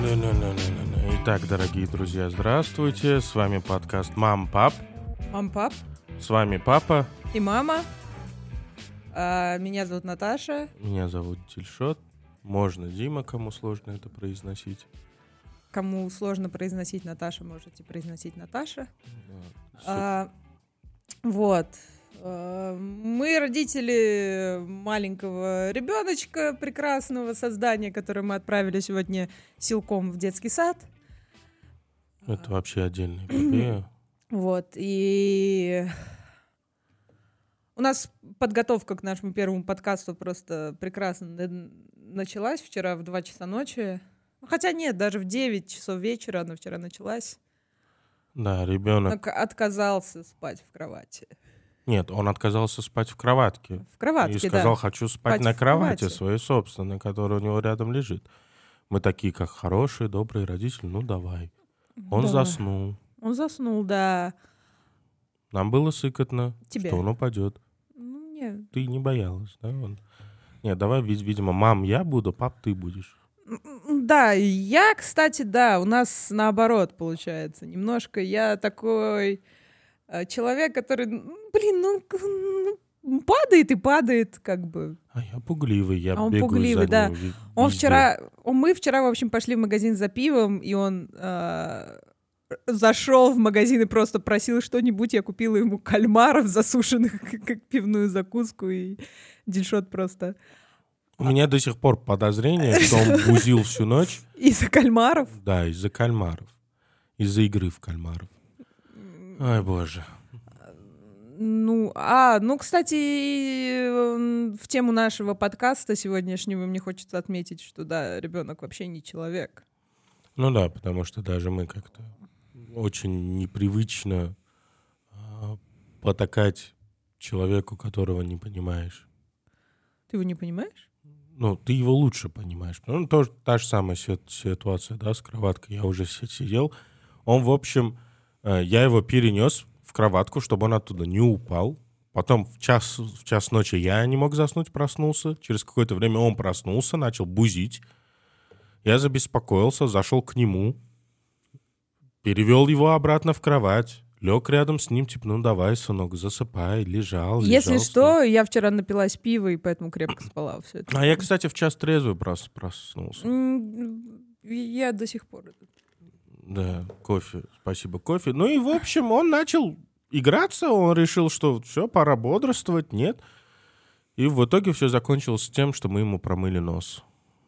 Итак, дорогие друзья, здравствуйте. С вами подкаст «Мам-пап». Мам-пап. С вами папа. И мама. Меня зовут Наташа. Меня зовут Тильшот. Можно Дима, кому сложно это произносить. Кому сложно произносить Наташа, можете произносить Наташа. Вот. Мы родители маленького ребеночка, прекрасного создания, которое мы отправили сегодня силком в детский сад. Это вообще отдельная эпопея. Вот. И у нас подготовка к нашему первому подкасту просто прекрасно началась вчера в 2 часа ночи. Хотя нет, даже в 9 часов вечера она вчера началась. Да, ребенок отказался спать в кровати. Нет, он отказался спать в кроватке. В кроватке, и сказал, да. хочу спать на кровати своей собственной, которая у него рядом лежит. Мы такие, как хорошие, добрые родители, ну давай. Он заснул. Он заснул, да. Нам было сыкотно, Тебе? что он упадет. Ну, нет. Ты не боялась, да? Нет, давай, видимо, мам, я буду, пап, ты будешь. Да, я, кстати, да, у нас наоборот получается. Немножко я такой человек, который, падает и падает, как бы. А я пугливый, я он бегаю пугливый, за да. ним Мы вчера, в общем, пошли в магазин за пивом, и он зашел в магазин и просто просил что-нибудь. Я купила ему кальмаров засушенных, как пивную закуску, и Дильшот просто... У меня до сих пор подозрение, что он бузил всю ночь. Из-за кальмаров? Да, из-за кальмаров. Из-за игры в кальмаров. Ай, боже. Кстати, в тему нашего подкаста сегодняшнего мне хочется отметить, что, да, ребенок вообще не человек. Ну да, потому что даже мы как-то очень непривычно потакать человеку, которого не понимаешь. Ты его не понимаешь? Ну, ты его лучше понимаешь. Ну, тоже та же самая ситуация, да, с кроваткой. Я уже сидел. Он, в общем, я его перенес в кроватку, чтобы он оттуда не упал. Потом в час ночи я не мог заснуть, проснулся. Через какое-то время он проснулся, начал бузить. Я забеспокоился, зашел к нему, перевел его обратно в кровать, лег рядом с ним, типа, ну давай, сынок, засыпай, лежал. Если что, я вчера напилась пива, и поэтому крепко спала. Все это. А я, кстати, в час трезвый проснулся. Я до сих пор... Да, кофе, спасибо, кофе. Ну и, в общем, он начал играться, он решил, что все, пора бодрствовать, нет. И в итоге все закончилось тем, что мы ему промыли нос.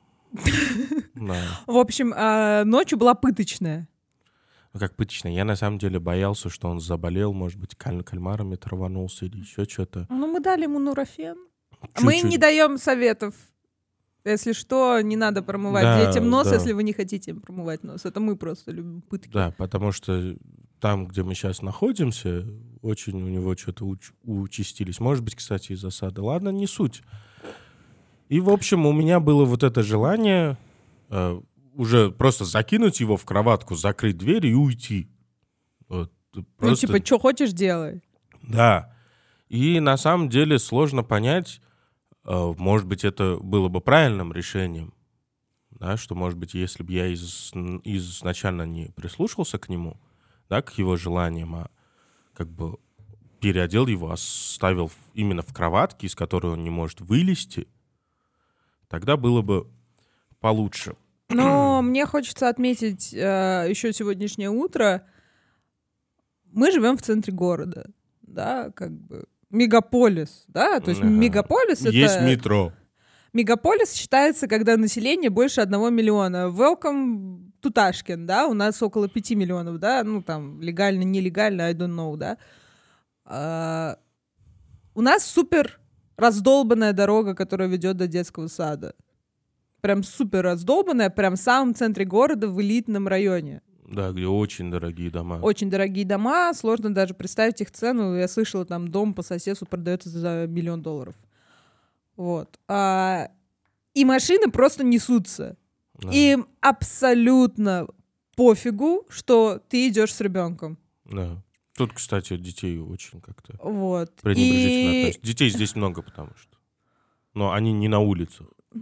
В общем, ночью была пыточная. Как пыточная. Я на самом деле боялся, что он заболел, может быть, кальмарами траванулся или еще что-то. Ну, мы дали ему нурофен. Мы не даем советов. Если что, не надо промывать детям нос, если вы не хотите им промывать нос. Это мы просто любим пытки. Да, потому что там, где мы сейчас находимся, очень у него что-то участились. Может быть, кстати, из засады. Ладно, не суть. И, в общем, у меня было вот это желание уже просто закинуть его в кроватку, закрыть дверь и уйти. Вот, просто... Ну, типа, что хочешь, делай. Да. И на самом деле сложно понять, может быть, это было бы правильным решением, да, что, может быть, если бы я изначально не прислушался к нему, да, к его желаниям, а как бы переодел его, оставил именно в кроватке, из которой он не может вылезти, тогда было бы получше. Но мне хочется отметить еще сегодняшнее утро. Мы живем в центре города, да, как бы мегаполис, да, то есть мегаполис — это... Есть метро. Мегаполис считается, когда население больше 1 миллиона. Welcome to Tashkent, да, у нас около 5 миллионов, да, ну там легально, нелегально, I don't know, да. У нас супер раздолбанная дорога, которая ведет до детского сада. Прям супер раздолбанная, прям в самом центре города, в элитном районе. Да, где очень дорогие дома. Очень дорогие дома, сложно даже представить их цену. Я слышала, там дом по соседству продается за $1 миллион. Вот. И машины просто несутся. Да. Им абсолютно пофигу, что ты идешь с ребенком. Да. Тут, кстати, детей очень как-то пренебрежительно относятся. Детей здесь много, потому что. Но они не на улицах. Ну,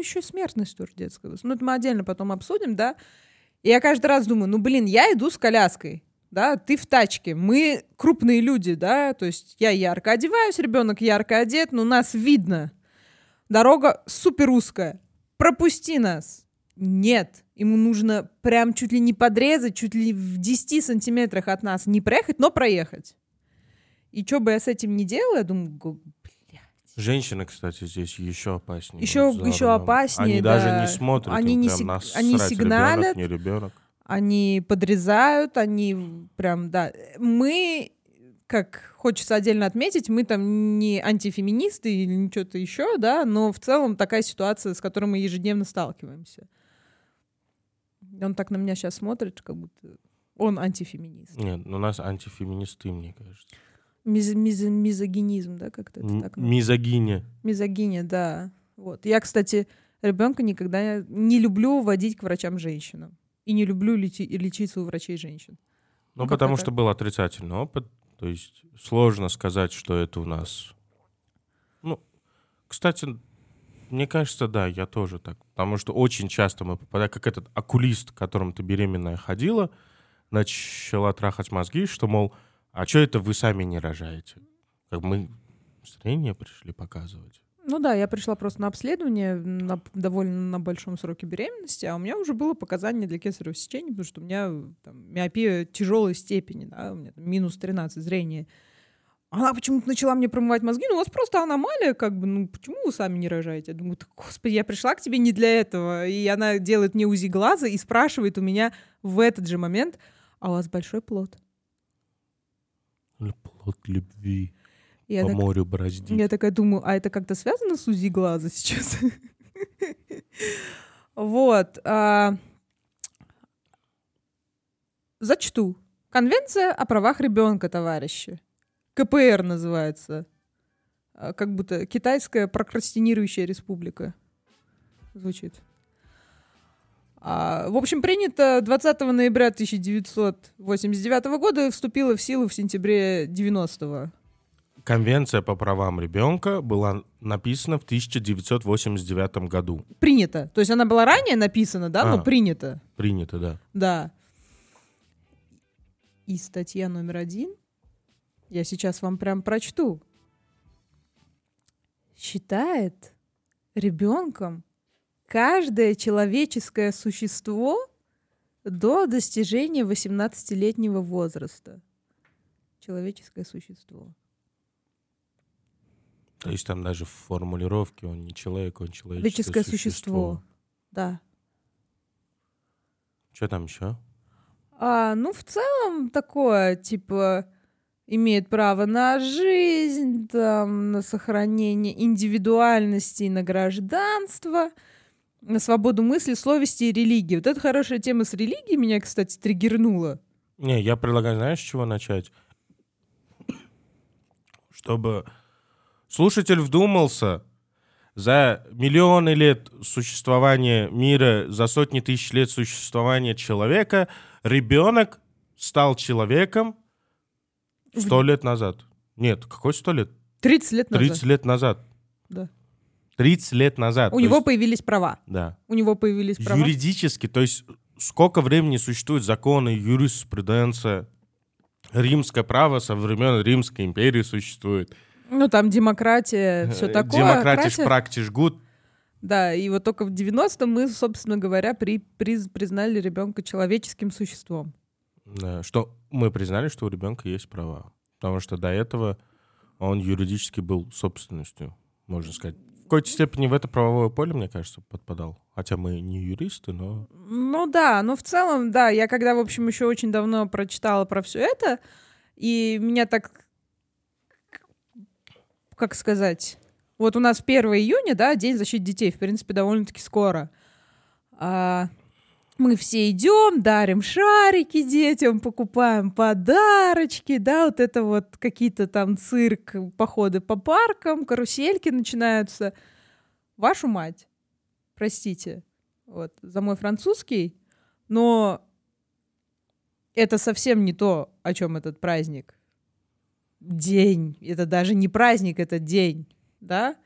еще и смертность тоже детская. Ну, это мы отдельно потом обсудим, да. И я каждый раз думаю, ну, блин, я иду с коляской, да, ты в тачке, мы крупные люди, да, то есть я ярко одеваюсь, ребенок ярко одет, но нас видно. Дорога супер узкая. Пропусти нас. Нет. Ему нужно прям чуть ли не подрезать, чуть ли в 10 сантиметрах от нас не проехать, но проехать. И что бы я с этим не делала, я думаю, блядь. Женщины, кстати, здесь еще опаснее. Еще опаснее, Они да. даже не смотрят, они им не прям они насрать, сигналят, ребенок, не ребенок. Они подрезают, они прям, да. Мы, как хочется отдельно отметить, мы там не антифеминисты или что-то еще, да, но в целом такая ситуация, с которой мы ежедневно сталкиваемся. Он так на меня сейчас смотрит, как будто он антифеминист. Нет, у нас антифеминисты, мне кажется. Мизогинизм, да, как-то это так? Мизогиния. Мизогиния, да. Вот. Я, кстати, ребенка никогда не люблю водить к врачам-женщинам. И не люблю лечиться у врачей-женщин. Ну, потому что был отрицательный опыт. То есть сложно сказать, что это у нас... Ну, кстати, мне кажется, да, я тоже так. Потому что очень часто мы попадаем, как этот окулист, к которому ты беременная ходила, начала трахать мозги, что, мол, а что это вы сами не рожаете? Как мы зрение пришли показывать. Ну да, я пришла просто на обследование довольно на большом сроке беременности, а у меня уже было показание для кесарево сечения, потому что у меня там, миопия тяжелой степени, да, у меня там, минус 13 зрение. Она почему-то начала мне промывать мозги, ну у вас просто аномалия, как бы, ну почему вы сами не рожаете? Я думаю, господи, я пришла к тебе не для этого. И она делает мне УЗИ глаза и спрашивает у меня в этот же момент, а у вас большой плод? Плод любви. Я по морю бороздить. Я такая думаю, а это как-то связано с УЗИ глаза сейчас? Вот. Зачту. Конвенция о правах ребенка, товарищи. КПР называется. Как будто Китайская прокрастинирующая республика. Звучит. В общем, принято 20 ноября 1989 года, вступила в силу в сентябре 90-го. Конвенция по правам ребенка была написана в 1989 году. Принято. То есть она была ранее написана, да, но принято. Принято, да. Да. И статья номер 1, я сейчас вам прям прочту. Считает ребенком каждое человеческое существо до достижения 18-летнего возраста. Человеческое существо. То есть там даже в формулировке он не человек, он человеческое существо. Да. Что там еще? Ну, в целом такое, типа, имеет право на жизнь, там, на сохранение индивидуальности и на гражданство, на свободу мысли, совести и религии. Вот эта хорошая тема с религией меня, кстати, триггернула. Не, я предлагаю, знаешь, с чего начать? Чтобы слушатель вдумался, за миллионы лет существования мира, за сотни тысяч лет существования человека, ребенок стал человеком 100 лет назад. Нет, какой 100 лет? 30 лет назад. 30 лет назад. Да. 30 лет назад. У него появились права. Да. У него появились права. Юридически, то есть сколько времени существуют законы, юриспруденция, римское право со времен Римской империи существует. Ну, там демократия, все такое. Демократиш, практиш, гуд. Да, и вот только в 90-м мы, собственно говоря, признали ребенка человеческим существом. Да, что мы признали, что у ребенка есть права. Потому что до этого он юридически был собственностью, можно сказать. В какой-то степени в это правовое поле, мне кажется, подпадал. Хотя мы не юристы, но... Ну да, но в целом, да, я когда, в общем, еще очень давно прочитала про все это, и меня так... Как сказать? Вот у нас 1 июня, да, День защиты детей, в принципе, довольно-таки скоро. Мы все идем, дарим шарики детям, покупаем подарочки, да, вот это вот какие-то там цирк, походы по паркам, карусельки начинаются. Вашу мать, простите, вот, за мой французский, но это совсем не то, о чем этот праздник. День. Это даже не праздник, это день, да?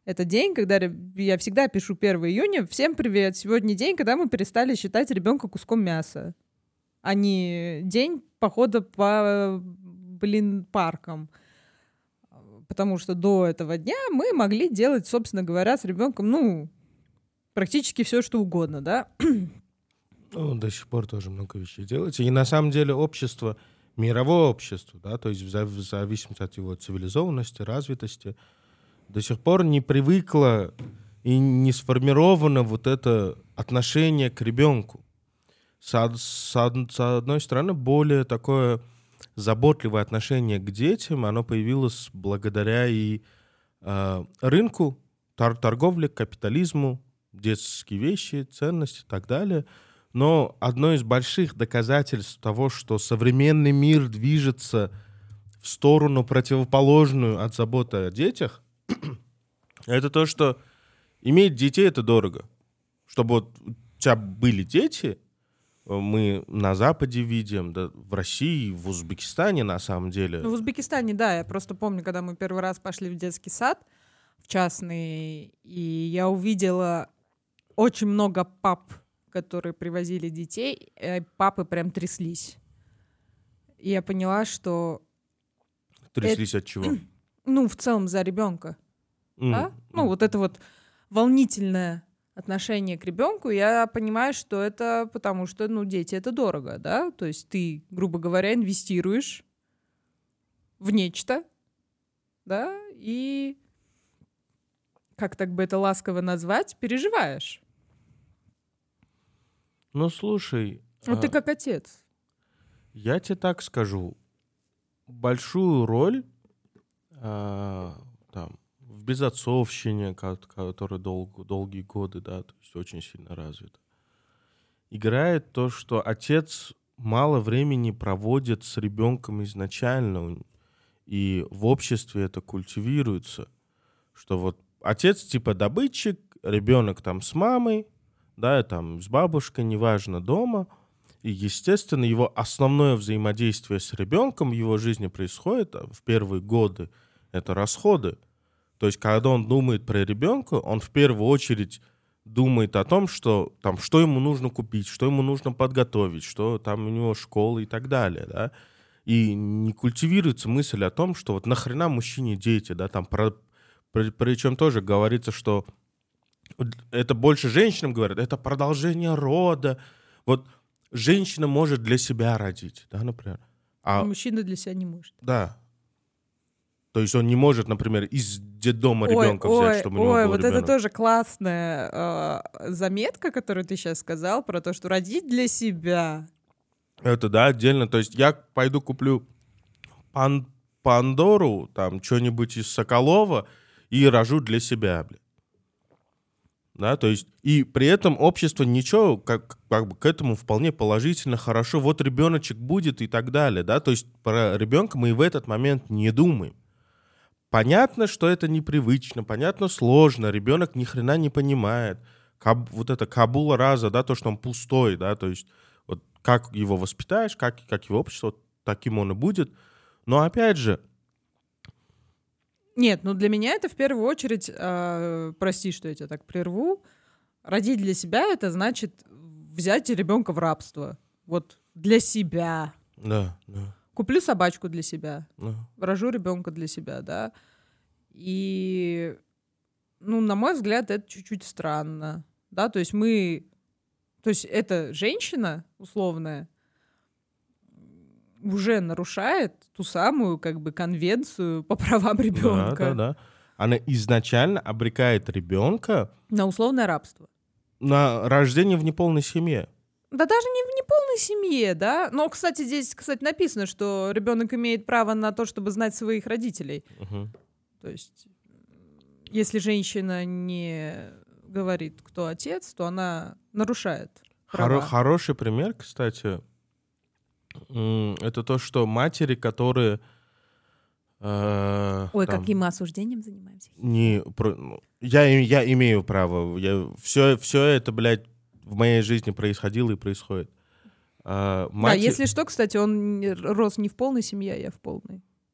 Это день, когда я всегда пишу 1 июня. Всем привет. Сегодня день, когда мы перестали считать ребенка куском мяса. А не день похода по, паркам. Потому что до этого дня мы могли делать, собственно говоря, с ребенком, практически все, что угодно, да? До сих пор тоже много вещей делается. И на самом деле общество, мировое общество, да, то есть в зависимости от его цивилизованности, развитости, до сих пор не привыкло и не сформировано вот это отношение к ребенку. С одной стороны, более такое заботливое отношение к детям, оно появилось благодаря и рынку, торговле, капитализму, детские вещи, ценности и так далее. Но одно из больших доказательств того, что современный мир движется в сторону противоположную от заботы о детях, это то, что иметь детей — это дорого. Чтобы вот у тебя были дети, мы на Западе видим, да, в России, в Узбекистане на самом деле. В Узбекистане, да, я просто помню, когда мы первый раз пошли в детский сад, в частный, и я увидела очень много пап, которые привозили детей, и папы прям тряслись. И я поняла, что... Тряслись от чего? В целом за ребенка. Да? Вот это вот волнительное отношение к ребенку, я понимаю, что это потому что, дети — это дорого, да? То есть ты, грубо говоря, инвестируешь в нечто, да, и, как так бы это ласково назвать, переживаешь. Слушай... ты как отец. Я тебе так скажу. Большую роль в безотцовщине, которая долгие годы, да, то есть очень сильно развита, играет то, что отец мало времени проводит с ребенком изначально, и в обществе это культивируется, что вот отец типа добытчик, ребенок там с мамой, да, там с бабушкой, неважно, дома, и, естественно, его основное взаимодействие с ребенком в его жизни происходит в первые годы, это расходы. То есть, когда он думает про ребенка, он в первую очередь думает о том, что ему нужно купить, что ему нужно подготовить, что там у него школа и так далее, да. И не культивируется мысль о том, что вот нахрена мужчине дети, да, там причем тоже говорится, что это больше женщинам говорят, это продолжение рода. Вот женщина может для себя родить, да, например. А мужчина для себя не может. Да. То есть он не может, например, из детдома ребенка взять, чтобы у него был вот ребенок. Это тоже классная заметка, которую ты сейчас сказал, про то, что родить для себя. Это, да, отдельно. То есть я пойду куплю Пандору, там, что-нибудь из Соколова и рожу для себя, блин. Да, то есть, и при этом общество ничего, как бы к этому вполне положительно, хорошо, вот ребеночек будет и так далее, да, то есть про ребенка мы и в этот момент не думаем. Понятно, что это непривычно, понятно, сложно, ребенок ни хрена не понимает. Вот это кабула раза, да, то, что он пустой, да, то есть вот как его воспитаешь, как его общество, таким он и будет. Но опять же... Нет, для меня это в первую очередь, прости, что я тебя так прерву, родить для себя — это значит взять ребенка в рабство. Вот для себя. Да, да. Куплю собачку для себя, Да. рожу ребенка для себя, да. И, на мой взгляд, это чуть-чуть странно, да, то есть эта женщина условная уже нарушает ту самую, как бы, конвенцию по правам ребенка. Да. Она изначально обрекает ребенка на условное рабство. На рождение в неполной семье. Да даже не в неполной семье, да. Но, кстати, здесь, написано, что ребенок имеет право на то, чтобы знать своих родителей. Угу. То есть, если женщина не говорит, кто отец, то она нарушает права. Хороший пример, кстати, это то, что матери, которые... каким мы осуждением занимаемся? Я имею право. Все это, блядь, в моей жизни происходило и происходит. Да, если что, кстати, он рос не в полной семье, а я в полной.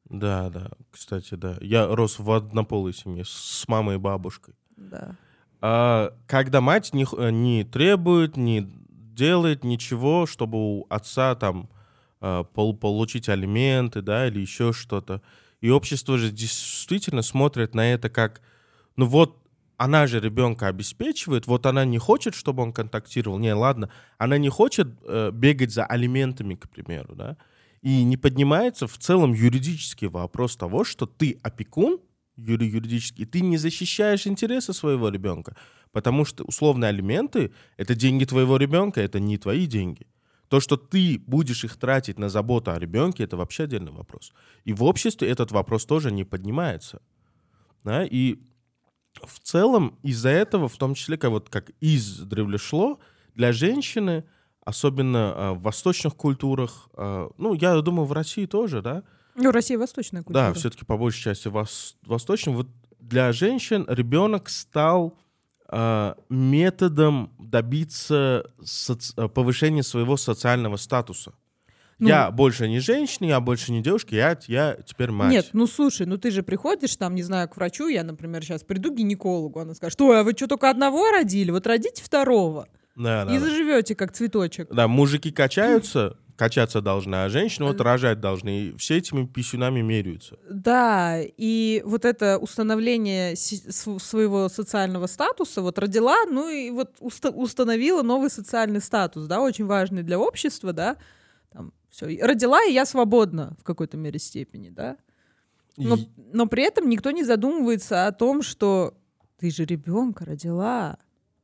Да, да, кстати, да. Я рос в однополой семье с мамой и бабушкой. Да. Когда мать не требует, не делает ничего, чтобы у отца там получить алименты, да, или еще что-то. И общество же действительно смотрит на это как, ну вот, она же ребенка обеспечивает, вот она не хочет, чтобы он контактировал. Не, ладно, она не хочет бегать за алиментами, к примеру, да. И не поднимается в целом юридический вопрос того, что ты опекун, юридически, и ты не защищаешь интересы своего ребенка. Потому что условные алименты — это деньги твоего ребенка, это не твои деньги. То, что ты будешь их тратить на заботу о ребенке, это вообще отдельный вопрос. И в обществе этот вопрос тоже не поднимается. Да? И в целом из-за этого, в том числе, как издревле шло, для женщины, особенно в восточных культурах, ну, я думаю, в России тоже, да, Ну, Россия восточная культура. да, все-таки по большей части восточным. Вот для женщин ребенок стал методом добиться повышения своего социального статуса. Ну, Я больше не женщина, я больше не девушка, я теперь мать. Нет, ну слушай, ну ты же приходишь там, не знаю, к врачу, я, например, сейчас приду к гинекологу, она скажет, ой, а вы что, только одного родили? Вот родите второго. Да, И заживете, как цветочек. Да, мужики качаться должны, а женщины вот рожать должны. И все этими писюнами меряются. Да, и вот это установление своего социального статуса, вот родила, ну и вот установила новый социальный статус, да, очень важный для общества, да, там, все, родила, и я свободна в какой-то мере степени, да, но при этом никто не задумывается о том, что ты же ребенка родила.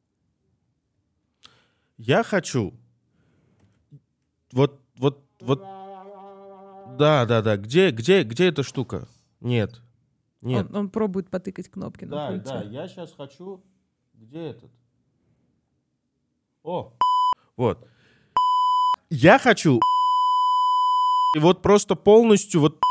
Я хочу. Вот. Да. Где эта штука? Нет. Он пробует потыкать кнопки на пульте. Да, я сейчас хочу... Где этот? О, вот. Я хочу... И вот просто полностью вот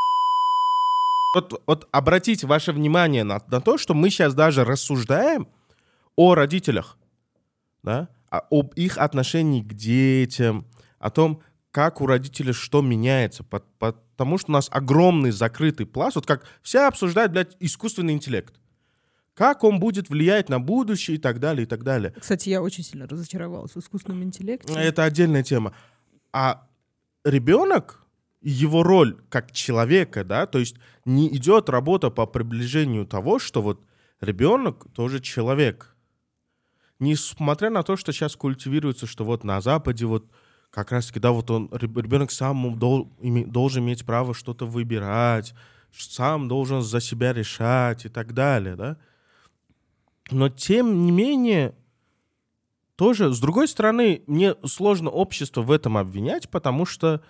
обратите ваше внимание на то, что мы сейчас даже рассуждаем о родителях, да? Об их отношении к детям, о том, как у родителей что меняется. Потому что у нас огромный закрытый пласт. Вот как все обсуждают, блядь, искусственный интеллект. Как он будет влиять на будущее и так далее, и так далее. Кстати, я очень сильно разочаровалась в искусственном интеллекте. Это отдельная тема. А ребенок, его роль как человека, да, то есть не идет работа по приближению того, что вот ребенок тоже человек. Несмотря на то, что сейчас культивируется, что вот на Западе вот как раз-таки, да, вот ребенок сам должен иметь право что-то выбирать, сам должен за себя решать и так далее, да. Но тем не менее, тоже, с другой стороны, мне сложно общество в этом обвинять, потому что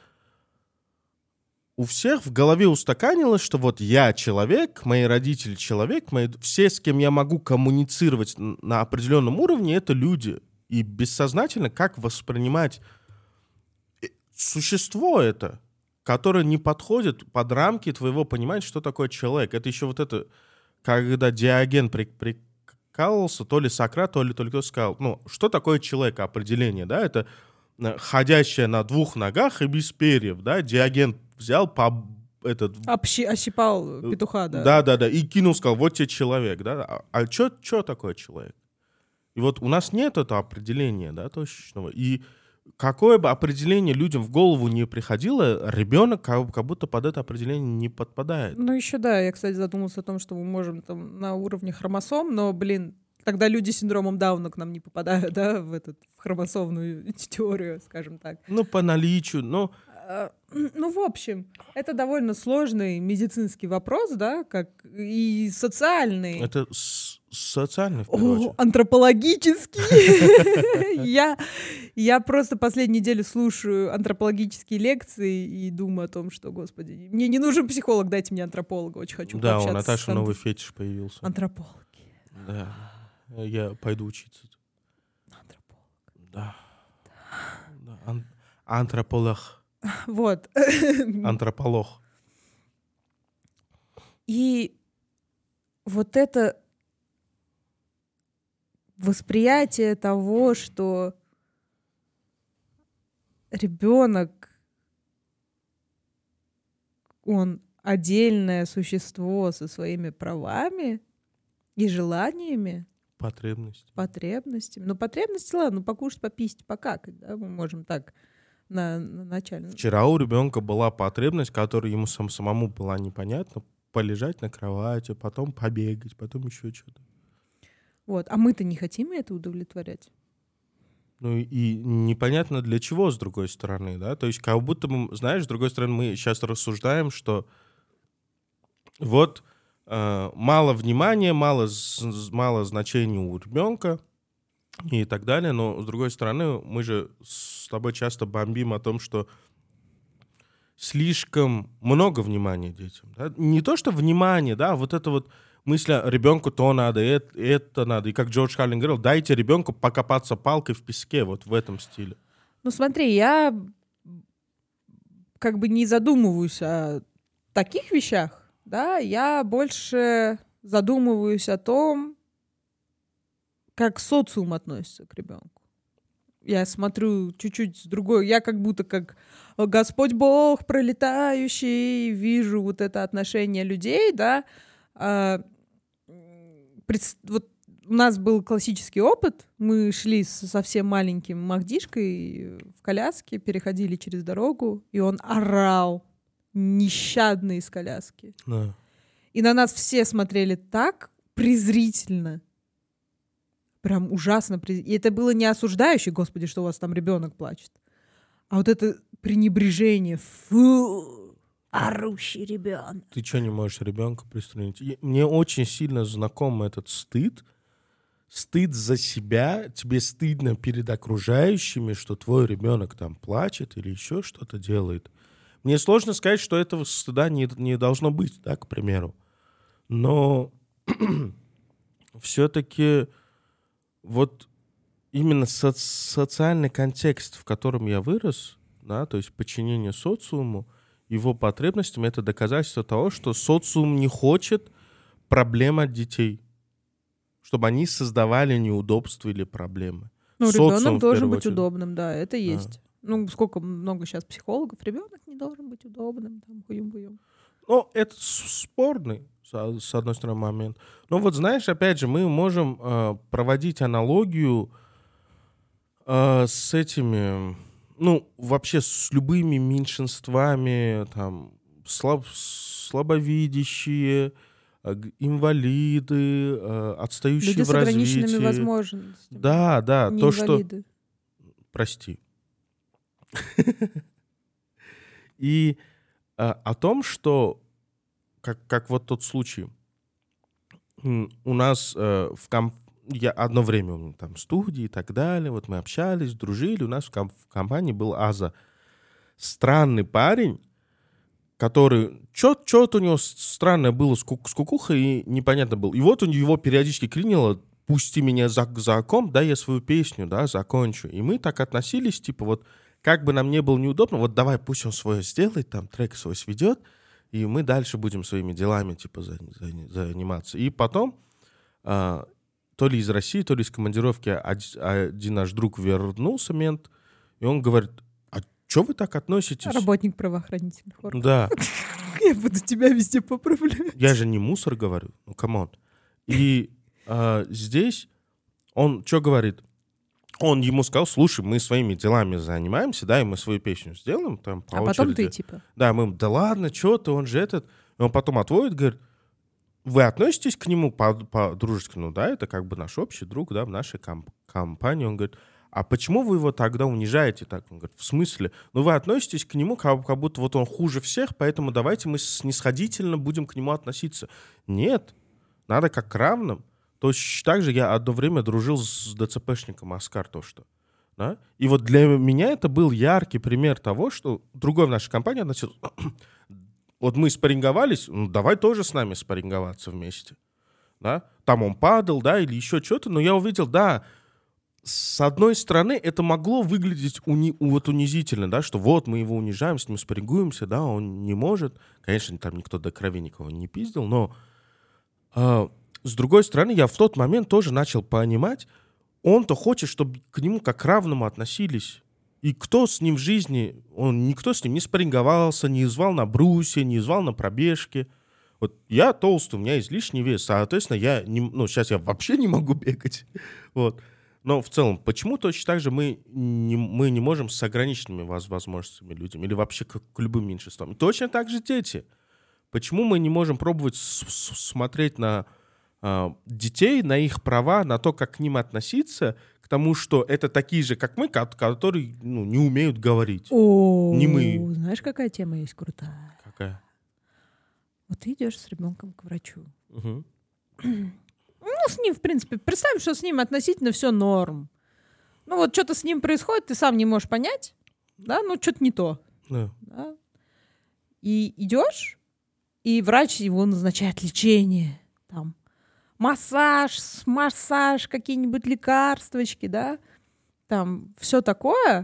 у всех в голове устаканилось, что вот я человек, мои родители человек, все, с кем я могу коммуницировать на определенном уровне, это люди. И бессознательно как воспринимать существо это, которое не подходит под рамки твоего понимания, что такое человек. Это еще вот это, когда Диоген прикалывался, то ли Сократ, то ли кто сказал, ну, что такое человек, определение, да, это ходящее на двух ногах и без перьев, да, Диоген взял ощипал петуха, да. Да, и кинул, сказал, вот тебе человек, да, а что такое человек? И вот у нас нет этого определения, да, точечного, и какое бы определение людям в голову не приходило, ребенок как будто под это определение не подпадает. Ну еще да, я, кстати, задумался о том, что мы можем там на уровне хромосом, но, блин, тогда люди с синдромом Дауна к нам не попадают, да, в хромосомную теорию, скажем так. Ну, по наличию, но... Ну, в общем, это довольно сложный медицинский вопрос, да, как и социальный. Это социальный, в первую очередь. Антропологический. Я просто последнюю неделю слушаю антропологические лекции и думаю о том, что, господи, мне не нужен психолог, дайте мне антрополога, очень хочу пообщаться. Да, у Наташи новый фетиш появился. Антропологи. Да, я пойду учиться. Антрополог. Да. Антрополог. Вот. Антрополог. И вот это восприятие того, что ребенок, он отдельное существо со своими правами и желаниями, потребностями. Ну, потребности, ладно, покушать, пописать, покакать, да, мы можем так на начальном. Вчера у ребенка была потребность, которая ему самому была непонятна, полежать на кровати, потом побегать, потом еще что-то. Вот, а мы-то не хотим это удовлетворять. Ну и непонятно для чего, с другой стороны, да, то есть как будто бы, знаешь, с другой стороны, мы сейчас рассуждаем, что вот мало внимания, мало значения у ребенка и так далее, но с другой стороны, мы же с тобой часто бомбим о том, что слишком много внимания детям, да? Не то, что внимание, да, вот это вот мысль, ребенку то надо, это надо. И как Джордж Карлин говорил, дайте ребенку покопаться палкой в песке, вот в этом стиле. Ну смотри, я как бы не задумываюсь о таких вещах, да, я больше задумываюсь о том, как социум относится к ребенку. Я смотрю чуть-чуть с другой, я как будто как Господь Бог пролетающий, вижу вот это отношение людей, да. Вот у нас был классический опыт, мы шли с совсем маленьким Махдишкой в коляске, переходили через дорогу, и он орал нещадно из коляски. Да. И на нас все смотрели так презрительно. Прям ужасно. И это было не осуждающее, господи, что у вас там ребенок плачет. А вот это пренебрежение. Фу, орущий ребенок. Ты что, не можешь ребенка приструнить? Мне очень сильно знаком этот стыд. Стыд за себя. Тебе стыдно перед окружающими, что твой ребенок там плачет или еще что-то делает. Мне сложно сказать, что этого стыда не должно быть, да, к примеру. Но все-таки вот именно социальный контекст, в котором я вырос, да, то есть подчинение социуму, его потребностям, это доказательство того, что социум не хочет проблем от детей, чтобы они создавали неудобства или проблемы. Ну, ребенок должен быть удобным, да, это есть. Да. Ну, много сейчас психологов, ребенок не должен быть удобным, там, хуюм-буюм. Ну, это спорный, с одной стороны, момент. Но вот знаешь, опять же, мы можем проводить аналогию с этими, ну, вообще с любыми меньшинствами, там, слабовидящие, инвалиды, отстающие люди в развитии. Люди с ограниченными возможностями. Да, да. Не то, инвалиды. Что... Прости. И о том, что, как вот тот случай, у нас я одно время у меня там студии и так далее, вот мы общались, дружили, у нас в компании был Аза. Странный парень, который... Что-то у него странное было с кукухой, и непонятно было. И вот у него периодически клинило: пусти меня за ком, да, я свою песню, да, закончу. И мы так относились, типа вот, как бы нам не было неудобно, вот давай пусть он свое сделает, там трек свой сведет, и мы дальше будем своими делами, типа, заниматься. И потом, то ли из России, то ли из командировки, один наш друг вернулся, мент, и он говорит: а что вы так относитесь? Работник правоохранительных органов. Да. Я буду тебя везде поправлять. Я же не мусор говорю, ну, камон. И здесь он что говорит? Он ему сказал: слушай, мы своими делами занимаемся, да, и мы свою песню сделаем там по очереди. Потом ты, типа. Да, мы, да ладно, что ты, он же этот. И он потом отводит, говорит: вы относитесь к нему по-дружески? Ну да, это как бы наш общий друг, да, в нашей компании. Он говорит: а почему вы его тогда унижаете так? Он говорит: в смысле? Ну вы относитесь к нему, как будто вот он хуже всех, поэтому давайте мы снисходительно будем к нему относиться. Нет, надо как к равным. Точно так же я одно время дружил с ДЦПшником Оскар, то что. Да? И вот для меня это был яркий пример того, что другой в нашей компании относился... Вот мы спарринговались, ну давай тоже с нами спарринговаться вместе. Да? Там он падал, да, или еще что-то, но я увидел, да, с одной стороны, это могло выглядеть вот унизительно, да, что вот мы его унижаем, с ним спаррингуемся, да, он не может. Конечно, там никто до крови никого не пиздил, но с другой стороны, я в тот момент тоже начал понимать, он-то хочет, чтобы к нему как к равному относились. И кто с ним в жизни, никто с ним не спарринговался, не звал на брусья, не звал на пробежки. Вот я толстый, у меня излишний вес, соответственно, сейчас я вообще не могу бегать. Вот. Но в целом, почему точно так же мы не можем с ограниченными возможностями людям или вообще к любым меньшинствам? Точно так же дети. Почему мы не можем пробовать смотреть на детей, на их права, на то, как к ним относиться, к тому, что это такие же, как мы, которые не умеют говорить. Не мы. Знаешь, какая тема есть крутая? Какая? Вот ты идешь с ребенком к врачу. Угу. С ним, в принципе, представь, что с ним относительно все норм. Вот что-то с ним происходит, ты сам не можешь понять, да, что-то не то. Да. Да? И идешь, и врач его назначает лечение, там, массаж, какие-нибудь лекарствочки, да, там, все такое.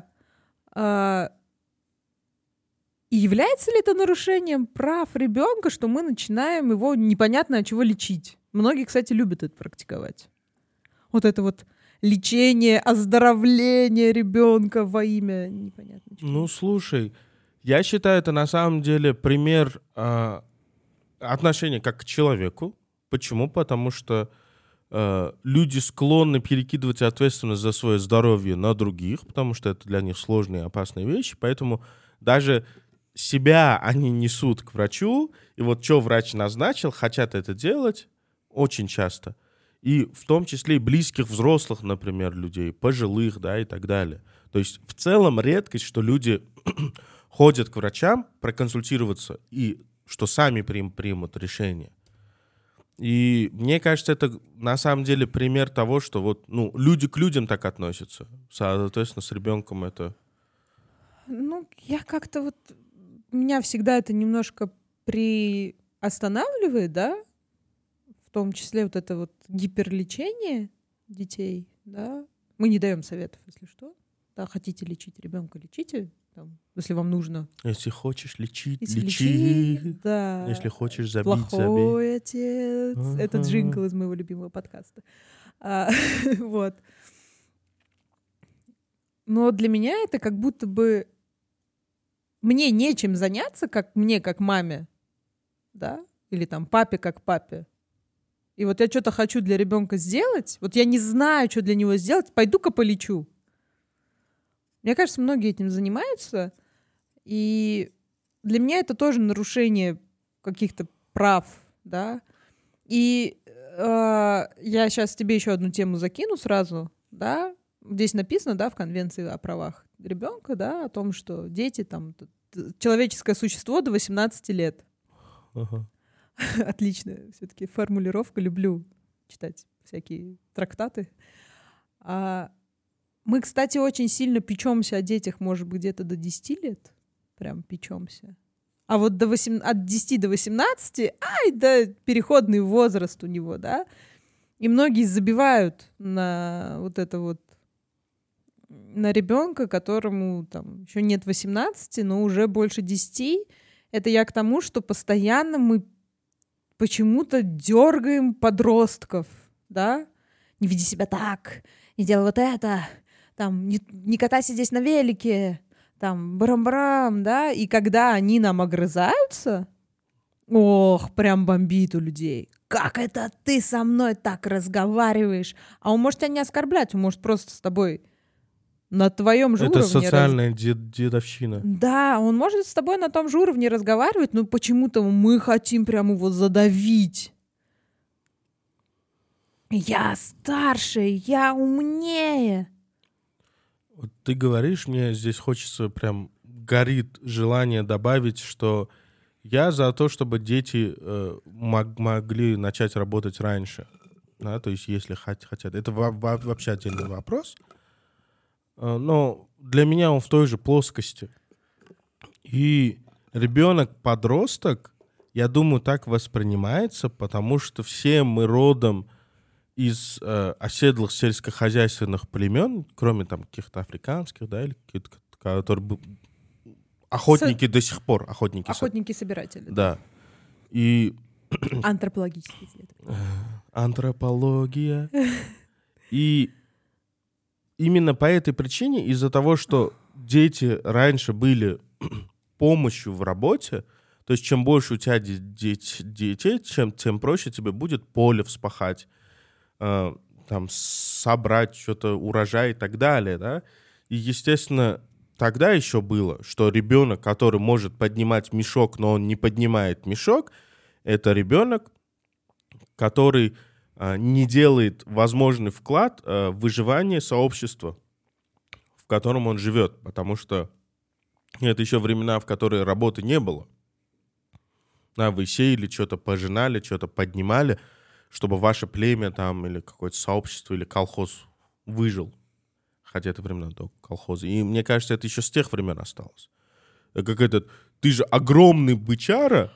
И является ли это нарушением прав ребенка, что мы начинаем его непонятно от чего лечить? Многие, кстати, любят это практиковать. Вот это вот лечение, оздоровление ребенка во имя непонятно чего. Слушай, я считаю, это на самом деле пример отношения как к человеку. Почему? Потому что люди склонны перекидывать ответственность за свое здоровье на других, потому что это для них сложные и опасные вещи. Поэтому даже себя они несут к врачу, и вот что врач назначил, хотят это делать очень часто. И в том числе и близких взрослых, например, людей, пожилых, да, и так далее. То есть в целом редкость, что люди ходят к врачам проконсультироваться и что сами примут решение. И мне кажется, это на самом деле пример того, что люди к людям так относятся. Соответственно, с ребенком это... Я как-то меня всегда это немножко приостанавливает, да? В том числе это гиперлечение детей, да? Мы не даем советов, если что. Да, хотите лечить ребенка, лечите. Там, если вам нужно. Если хочешь лечить, Если лечи. Да. Если хочешь забить, Плохой забей. отец. Это джингл из моего любимого подкаста. Вот. Но для меня это как будто бы мне нечем заняться, как мне, как маме, да? Или там папе, как папе. И я что-то хочу для ребенка сделать, я не знаю, что для него сделать, пойду-ка полечу. Мне кажется, многие этим занимаются, и для меня это тоже нарушение каких-то прав, да. И я сейчас тебе еще одну тему закину сразу, да. Здесь написано, да, в Конвенции о правах ребенка, да, о том, что дети там человеческое существо до 18 лет. Ага. Отличная все-таки формулировка. Люблю читать всякие трактаты. Мы, кстати, очень сильно печемся о детях, может быть, где-то до 10 лет. Прям печемся. А от 10 до 18, да, переходный возраст у него, да. И многие забивают на на ребенка, которому там еще нет 18, но уже больше 10. Это я к тому, что постоянно мы почему-то дергаем подростков, да? Не веди себя так, не делай это, там, не катайся здесь на велике, там, брам-брам, да? И когда они нам огрызаются, прям бомбит у людей. Как это ты со мной так разговариваешь? А он может тебя не оскорблять, он может просто с тобой на твоем же уровне... Это социальная дедовщина. Да, он может с тобой на том же уровне разговаривать, но почему-то мы хотим прям его задавить. Я старше, я умнее. Ты говоришь, мне здесь хочется прям горит желание добавить, что я за то, чтобы дети могли начать работать раньше. Да, то есть если хотят. Это вообще отдельный вопрос. Но для меня он в той же плоскости. И ребенок-подросток, я думаю, так воспринимается, потому что все мы родом из оседлых сельскохозяйственных племен, кроме там каких-то африканских, да, или каких-то, которые охотники до сих пор. Охотники-собиратели. Да. И... Антропологические исследования. Антропология. И именно по этой причине, из-за того, что дети раньше были помощью в работе, то есть чем больше у тебя детей, тем проще тебе будет поле вспахать, там, собрать что-то, урожай и так далее, да. И, естественно, тогда еще было, что ребенок, который может поднимать мешок, но он не поднимает мешок, это ребенок, который не делает возможный вклад в выживание сообщества, в котором он живет, потому что это еще времена, в которые работы не было. Вы сеяли, что-то пожинали, что-то поднимали, чтобы ваше племя там или какое-то сообщество или колхоз выжил. Хотя это времена до колхоза. И мне кажется, это еще с тех времен осталось. Как этот, ты же огромный бычара,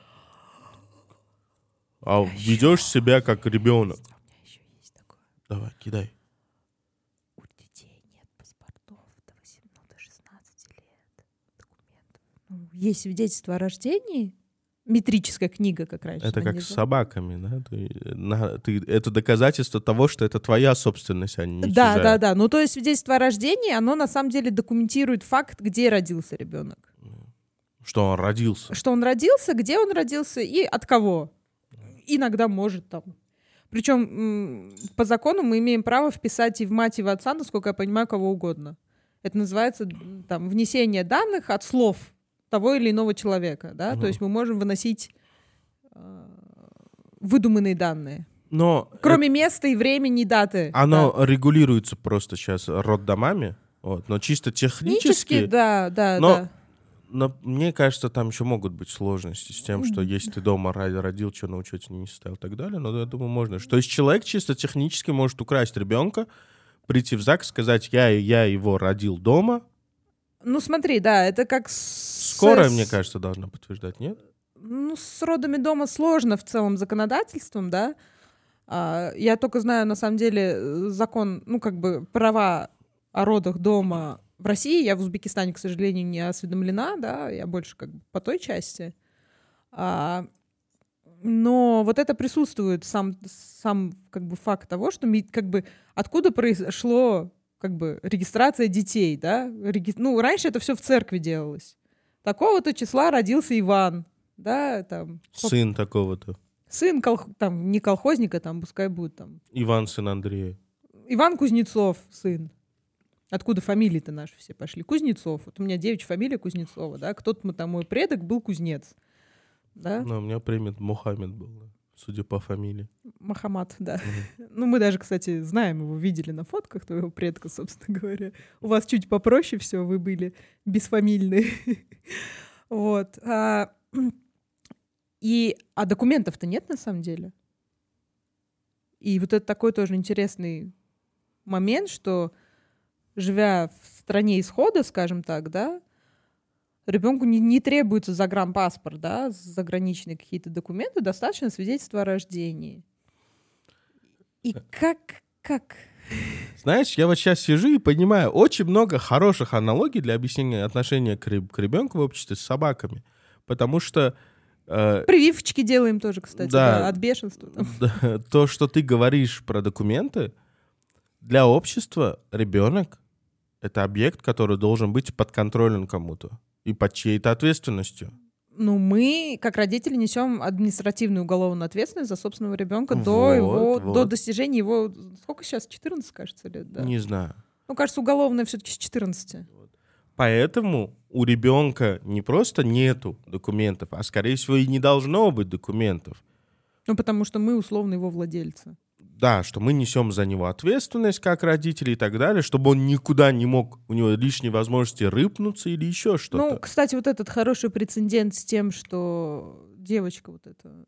а ведешь себя как ребенок. У меня еще есть такое. Давай, кидай. У детей нет паспортов до 16 лет, документов. Есть свидетельство о рождении, метрическая книга, как раньше. Это как с собаками, да? Это доказательство того, что это твоя собственность, а не чужая. Да. Ну, то есть свидетельство о рождении, оно на самом деле документирует факт, где родился ребенок. Что он родился. Что он родился, где он родился и от кого. Иногда может там. Причем по закону мы имеем право вписать и в мать, и в отца, насколько я понимаю, кого угодно. Это называется там внесение данных от слов того или иного человека, да, то есть мы можем выносить выдуманные данные. Но кроме места и времени, и даты. Оно регулируется просто сейчас роддомами, вот, но чисто технически... Да. Но мне кажется, там еще могут быть сложности с тем, что если ты дома родил, что на учете не состоял и так далее, но я думаю, можно. То есть человек чисто технически может украсть ребенка, прийти в ЗАГС, сказать, я его родил дома. Ну смотри, да, это как... Скорая, мне кажется, должна подтверждать, нет? Ну, с родами дома сложно в целом законодательством, да. Я только знаю, на самом деле, закон, права о родах дома в России. Я в Узбекистане, к сожалению, не осведомлена, да, я больше по той части. Но вот это присутствует, сам факт того, что откуда произошло регистрация детей, да. Раньше это все в церкви делалось. Такого-то числа родился Иван, да, там. Сын такого-то. Сын не колхозника, пускай будет там. Иван, сын Андрея. Иван Кузнецов, сын. Откуда фамилии-то наши все пошли? Кузнецов. Вот у меня девичья фамилия Кузнецова, да. Кто-то там, мой предок был кузнец. Да? Ну, у меня примет Мухаммед был, судя по фамилии. Махамад, да. Ну, мы даже, кстати, знаем его, видели на фотках твоего предка, собственно говоря. У вас чуть попроще все, вы были бесфамильные. Вот. А документов-то нет на самом деле. И вот это такой тоже интересный момент, что, живя в стране исхода, скажем так, да, ребенку не требуется загранпаспорт, да, заграничные какие-то документы, достаточно свидетельства о рождении. И как? Знаешь, я вот сейчас сижу и понимаю, очень много хороших аналогий для объяснения отношения к ребенку в обществе с собаками. Потому что... Прививочки делаем тоже, кстати, да, от бешенства. Да, то, что ты говоришь про документы, для общества ребенок — это объект, который должен быть подконтролен кому-то и под чьей-то ответственностью. Ну, мы, как родители, несем административную уголовную ответственность за собственного ребенка до достижения его... Сколько сейчас? 14, кажется, лет? Да? Не знаю. Ну, кажется, уголовное все-таки с 14. Поэтому у ребенка не просто нету документов, а, скорее всего, и не должно быть документов. Ну, потому что мы, условно, его владельцы. Да, что мы несем за него ответственность как родители и так далее, чтобы он никуда не мог, у него лишней возможности рыпнуться или еще что-то. Ну, кстати, вот этот хороший прецедент с тем, что девочка вот эта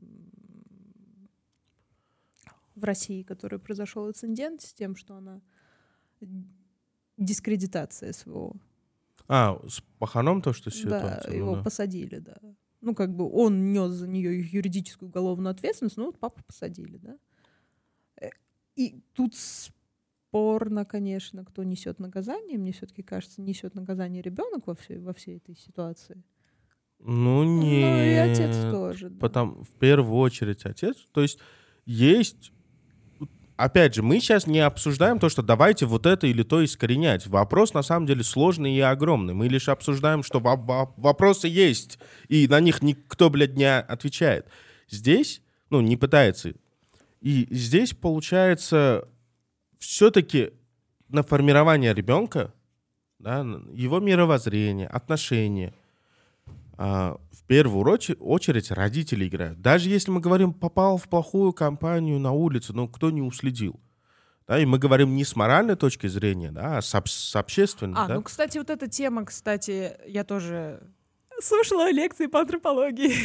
в России, который произошел инцидент, с тем, что она дискредитация СВО. С паханом то, что ситуация? Да, его посадили, да. Ну, он нес за нее юридическую уголовную ответственность, но вот папу посадили, да. И тут спорно, конечно, кто несет наказание. Мне все-таки кажется, несет наказание ребенок во всей этой ситуации. Ну, нет. Ну, и отец тоже. Да. В первую очередь отец. То есть опять же, мы сейчас не обсуждаем то, что давайте вот это или то искоренять. Вопрос, на самом деле, сложный и огромный. Мы лишь обсуждаем, что вопросы есть, и на них никто, блядь, не отвечает. Здесь, не пытается. И здесь, получается, все-таки на формирование ребенка, да, его мировоззрение, отношения, в первую очередь родители играют. Даже если мы говорим, попал в плохую компанию на улице, кто не уследил. Да, и мы говорим не с моральной точки зрения, да, а с общественной. Да? Кстати, вот эта тема, я тоже слушала лекции по антропологии,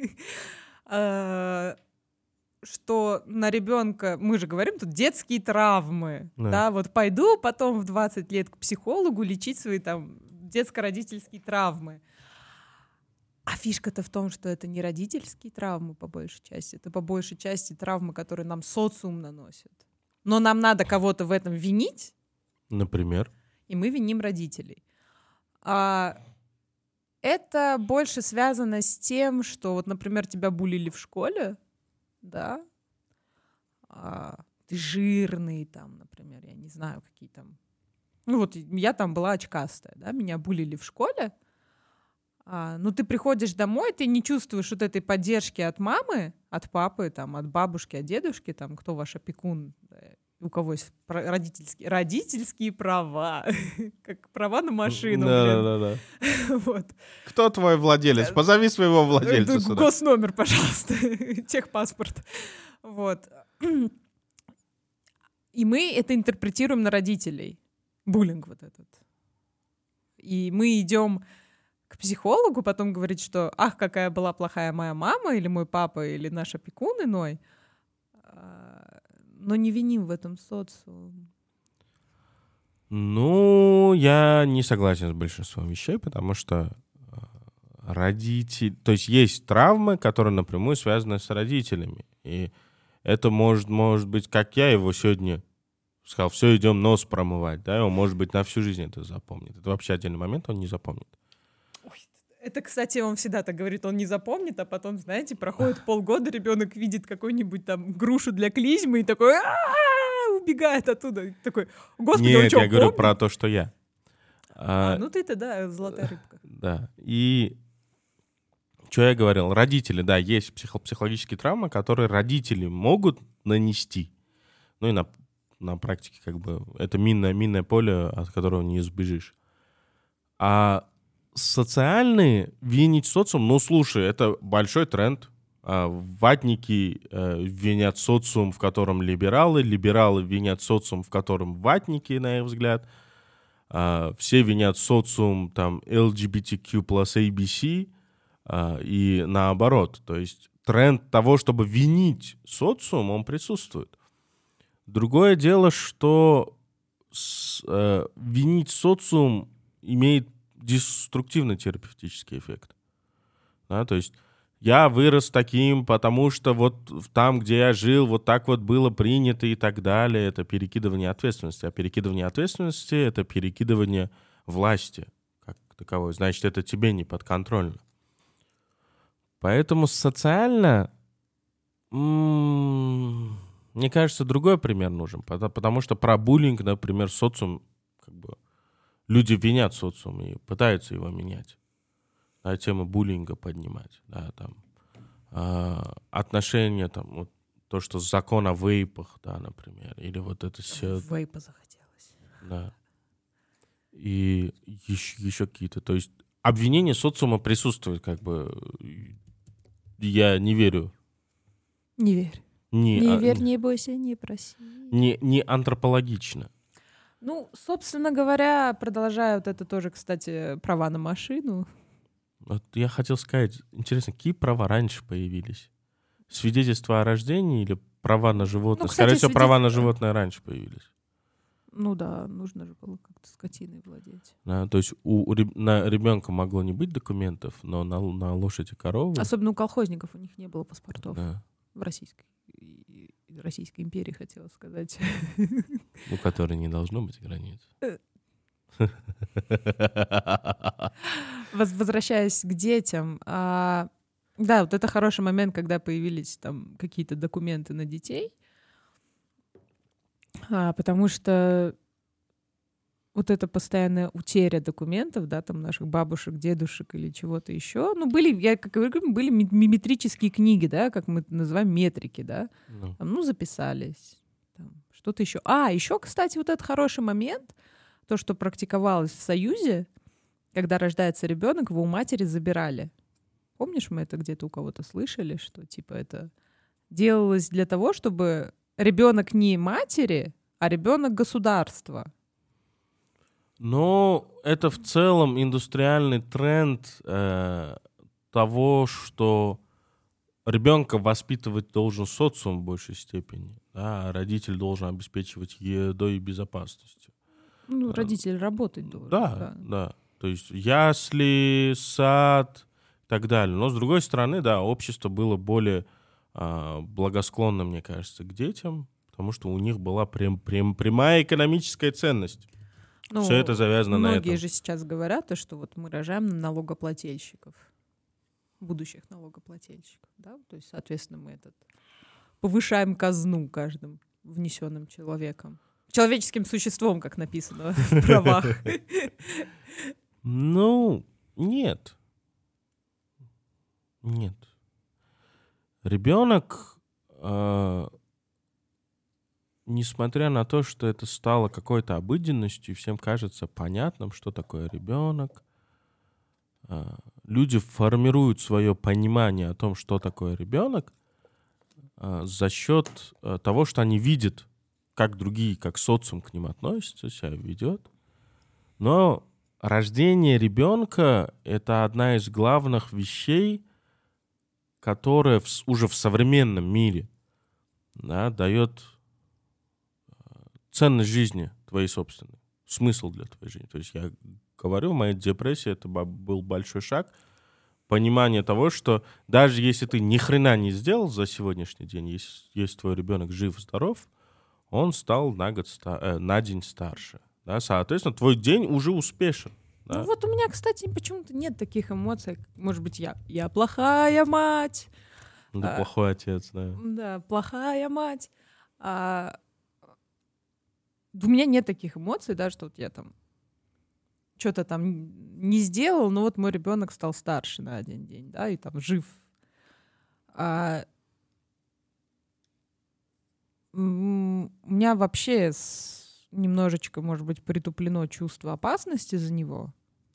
что на ребенка, мы же говорим тут детские травмы, да, вот пойду потом в 20 лет к психологу лечить свои там детско-родительские травмы. А фишка-то в том, что это не родительские травмы по большей части, это по большей части травмы, которые нам социум наносит. Но нам надо кого-то в этом винить. Например? И мы виним родителей. Это больше связано с тем, что вот, например, тебя булили в школе, да, ты жирный, там, например, я не знаю, какие там... я там была очкастая, да, меня булили в школе, ты приходишь домой, ты не чувствуешь вот этой поддержки от мамы, от папы, там, от бабушки, от дедушки, там, кто ваш опекун, да, у кого есть родительские права, как права на машину. Да. Вот. Кто твой владелец? Позови своего владельца сюда. Госномер, пожалуйста, техпаспорт. Вот. И мы это интерпретируем на родителей. Буллинг вот этот. И мы идем к психологу, потом говорить, что ах, какая была плохая моя мама, или мой папа, или наш опекун иной, но не виним в этом социум. Я не согласен с большинством вещей, потому что то есть есть травмы, которые напрямую связаны с родителями. И это может быть, как я его сегодня сказал, все, идем нос промывать, да, и он, может быть, на всю жизнь это запомнит. Это вообще отдельный момент, он не запомнит. Это, кстати, он всегда так говорит, он не запомнит, а потом, знаете, проходит полгода, ребенок видит какую-нибудь там грушу для клизмы и такой убегает оттуда. Такой, господи, он что, я говорю про то, что я. Ты-то, да, золотая рыбка. Да, и что я говорил? Родители, да, есть психологические травмы, которые родители могут нанести. И на практике как бы это минное поле, от которого не избежишь. А социальные винить социум, слушай, это большой тренд. Ватники винят социум, в котором либералы винят социум, в котором ватники, на их взгляд. Все винят социум, там, LGBTQ+, ABC, и наоборот. То есть тренд того, чтобы винить социум, он присутствует. Другое дело, что винить социум имеет деструктивный терапевтический эффект. Да, то есть я вырос таким, потому что вот там, где я жил, вот так вот было принято и так далее. Это перекидывание ответственности. А перекидывание ответственности — это перекидывание власти как таковой. Значит, это тебе не подконтрольно. Поэтому социально, мне кажется, другой пример нужен. Потому что про буллинг, например, социум, люди винят социум и пытаются его менять. Да, тему буллинга поднимать. Да, там, отношения, там, вот, то, что закон о вейпах, да, например. Или вот это все. Вейпа захотелось. Да. И еще какие-то. То есть обвинение социума присутствует, я не верю. Не верь. Не верь, не бойся, не проси. Не антропологично. Собственно говоря, продолжая вот это тоже, кстати, права на машину. Вот я хотел сказать, интересно, какие права раньше появились? Свидетельство о рождении или права на животное? Скорее всего, права на животное раньше появились. Да, нужно же было как-то скотиной владеть. Да, то есть на ребенка могло не быть документов, но на лошадь и корову... Особенно у колхозников, у них не было паспортов. Да. В Российской империи, хотела сказать. У которой не должно быть границ. Возвращаясь к детям, да, вот это хороший момент, когда появились там какие-то документы на детей. Потому что вот эта постоянная утеря документов, да, там наших бабушек, дедушек или чего-то еще, ну, были, я как говорю, были миметрические книги, да, как мы это называем, метрики, да, там, ну, записались, там, что-то еще. Еще, кстати, вот этот хороший момент, то, что практиковалось в Союзе, когда рождается ребенок, его у матери забирали. Помнишь, мы это где-то у кого-то слышали, что, типа, это делалось для того, чтобы ребенок не матери, а ребенок государства. Но это в целом индустриальный тренд того, что ребенка воспитывать должен социум в большей степени, да, а родитель должен обеспечивать едой и безопасностью. Ну, родитель работать должен. Да. То есть ясли, сад и так далее. Но, с другой стороны, да, общество было более благосклонно, мне кажется, к детям, потому что у них была прямая экономическая ценность. Ну, все это завязано на этом. Многие же сейчас говорят, что вот мы рожаем налогоплательщиков, будущих налогоплательщиков, да, то есть, соответственно, мы повышаем казну каждым внесенным человеком. Человеческим существом, как написано в правах. Ну, нет. Ребенок, несмотря на то, что это стало какой-то обыденностью, и всем кажется понятным, что такое ребенок, люди формируют свое понимание о том, что такое ребенок, за счет того, что они видят, как другие, как социум к ним относится, себя ведет. Но рождение ребенка — это одна из главных вещей, которая уже в современном мире, да, дает ценность жизни твоей собственной, смысл для твоей жизни. То есть я говорю, моя депрессия — это был большой шаг, понимание того, что даже если ты ни хрена не сделал за сегодняшний день, если твой ребенок жив-здоров, он стал на день старше. Да? Соответственно, твой день уже успешен. Да? Ну вот у меня, кстати, почему-то нет таких эмоций. Может быть, я плохая мать. Да, плохой отец, да. Да, плохая мать. У меня нет таких эмоций, да, что вот я там что-то там не сделал, но вот мой ребенок стал старше на один день, да, и там жив. У меня вообще немножечко, может быть, притуплено чувство опасности за него.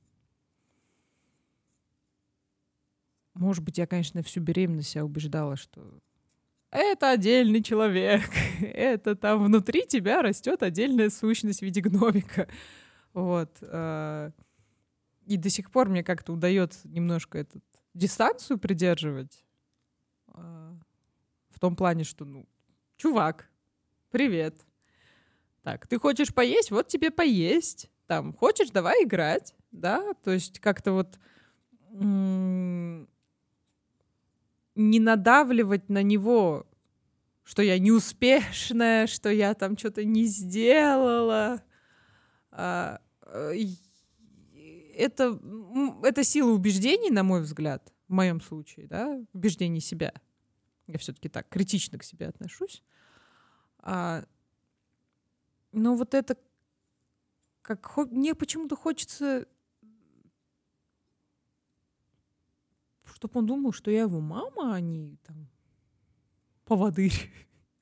Может быть, я, конечно, всю беременность себя убеждала, что это отдельный человек, это там внутри тебя растет отдельная сущность в виде гномика. Вот. И до сих пор мне как-то удается немножко дистанцию придерживать. В том плане, что, чувак, привет. Так, ты хочешь поесть? Вот тебе поесть. Там, хочешь, давай играть. Да, то есть как-то вот не надавливать на него, что я неуспешная, что я там что-то не сделала. Это сила убеждений, на мой взгляд, в моем случае, да, убеждений себя. Я все-таки так критично к себе отношусь. Но вот это мне почему-то хочется, чтобы он думал, что я его мама, а не там поводырь.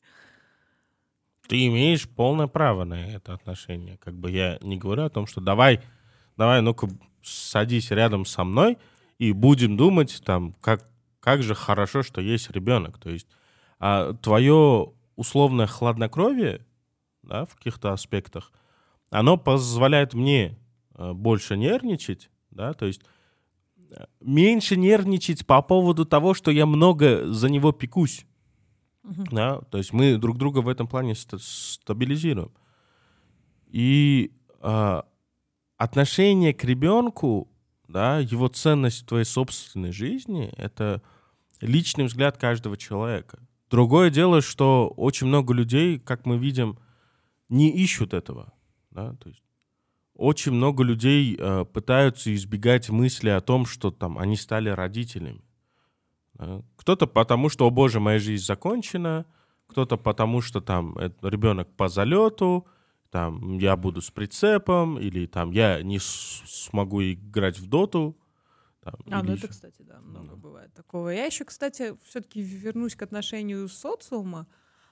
Ты имеешь полное право на это отношение. Как бы я не говорю о том, что давай, ну-ка, садись рядом со мной и будем думать, там, как же хорошо, что есть ребенок. То есть твое условное хладнокровие, да, в каких-то аспектах, оно позволяет мне больше нервничать, да, то есть меньше нервничать по поводу того, что я много за него пекусь. Да? То есть мы друг друга в этом плане стабилизируем. И отношение к ребенку, да, его ценность в твоей собственной жизни — это личный взгляд каждого человека. Другое дело, что очень много людей, как мы видим, не ищут этого. Да? То есть очень много людей пытаются избегать мысли о том, что там они стали родителями. Да? Кто-то потому, что, о боже, моя жизнь закончена, кто-то потому, что там ребенок по залету, там я буду с прицепом, или там я не смогу играть в доту. Там, ну это, кстати, да, много бывает такого. Я еще, кстати, все-таки вернусь к отношению социума.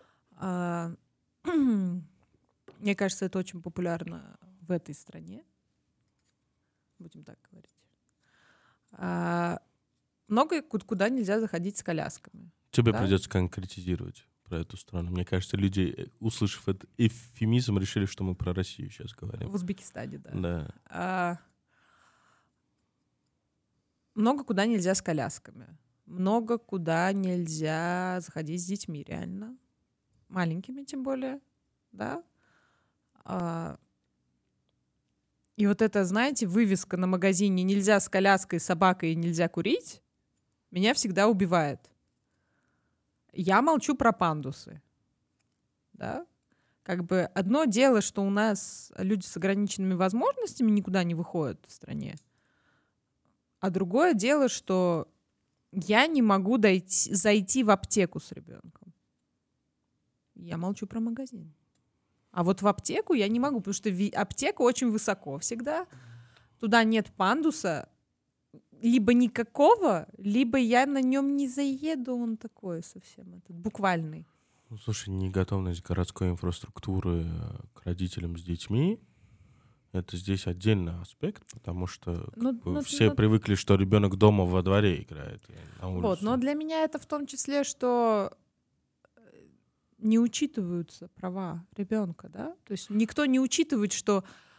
Мне кажется, это очень популярно в этой стране. Будем так говорить. Много куда нельзя заходить с колясками. Тебе да? придется конкретизировать про эту страну. Мне кажется, люди, услышав этот эвфемизм, решили, что мы про Россию сейчас говорим. В Узбекистане, да. Да. Много куда нельзя с колясками. Много куда нельзя заходить с детьми, реально. Маленькими тем более, да. И вот это, знаете, вывеска на магазине «Нельзя с коляской, собакой и нельзя курить» меня всегда убивает. Я молчу про пандусы. Да? Как бы одно дело, что у нас люди с ограниченными возможностями никуда не выходят в стране, а другое дело, что я не могу зайти в аптеку с ребенком. Я молчу про магазин. А вот в аптеку я не могу, потому что аптека очень высоко всегда. Туда нет пандуса. Либо никакого, либо я на нем не заеду. Он такой совсем, этот буквальный. Ну, слушай, неготовность городской инфраструктуры к родителям с детьми — это здесь отдельный аспект, потому что все привыкли, что ребенок дома во дворе играет. На улице. Вот, но для меня это в том числе, что не учитываются права ребенка, да? То есть никто не учитывает, что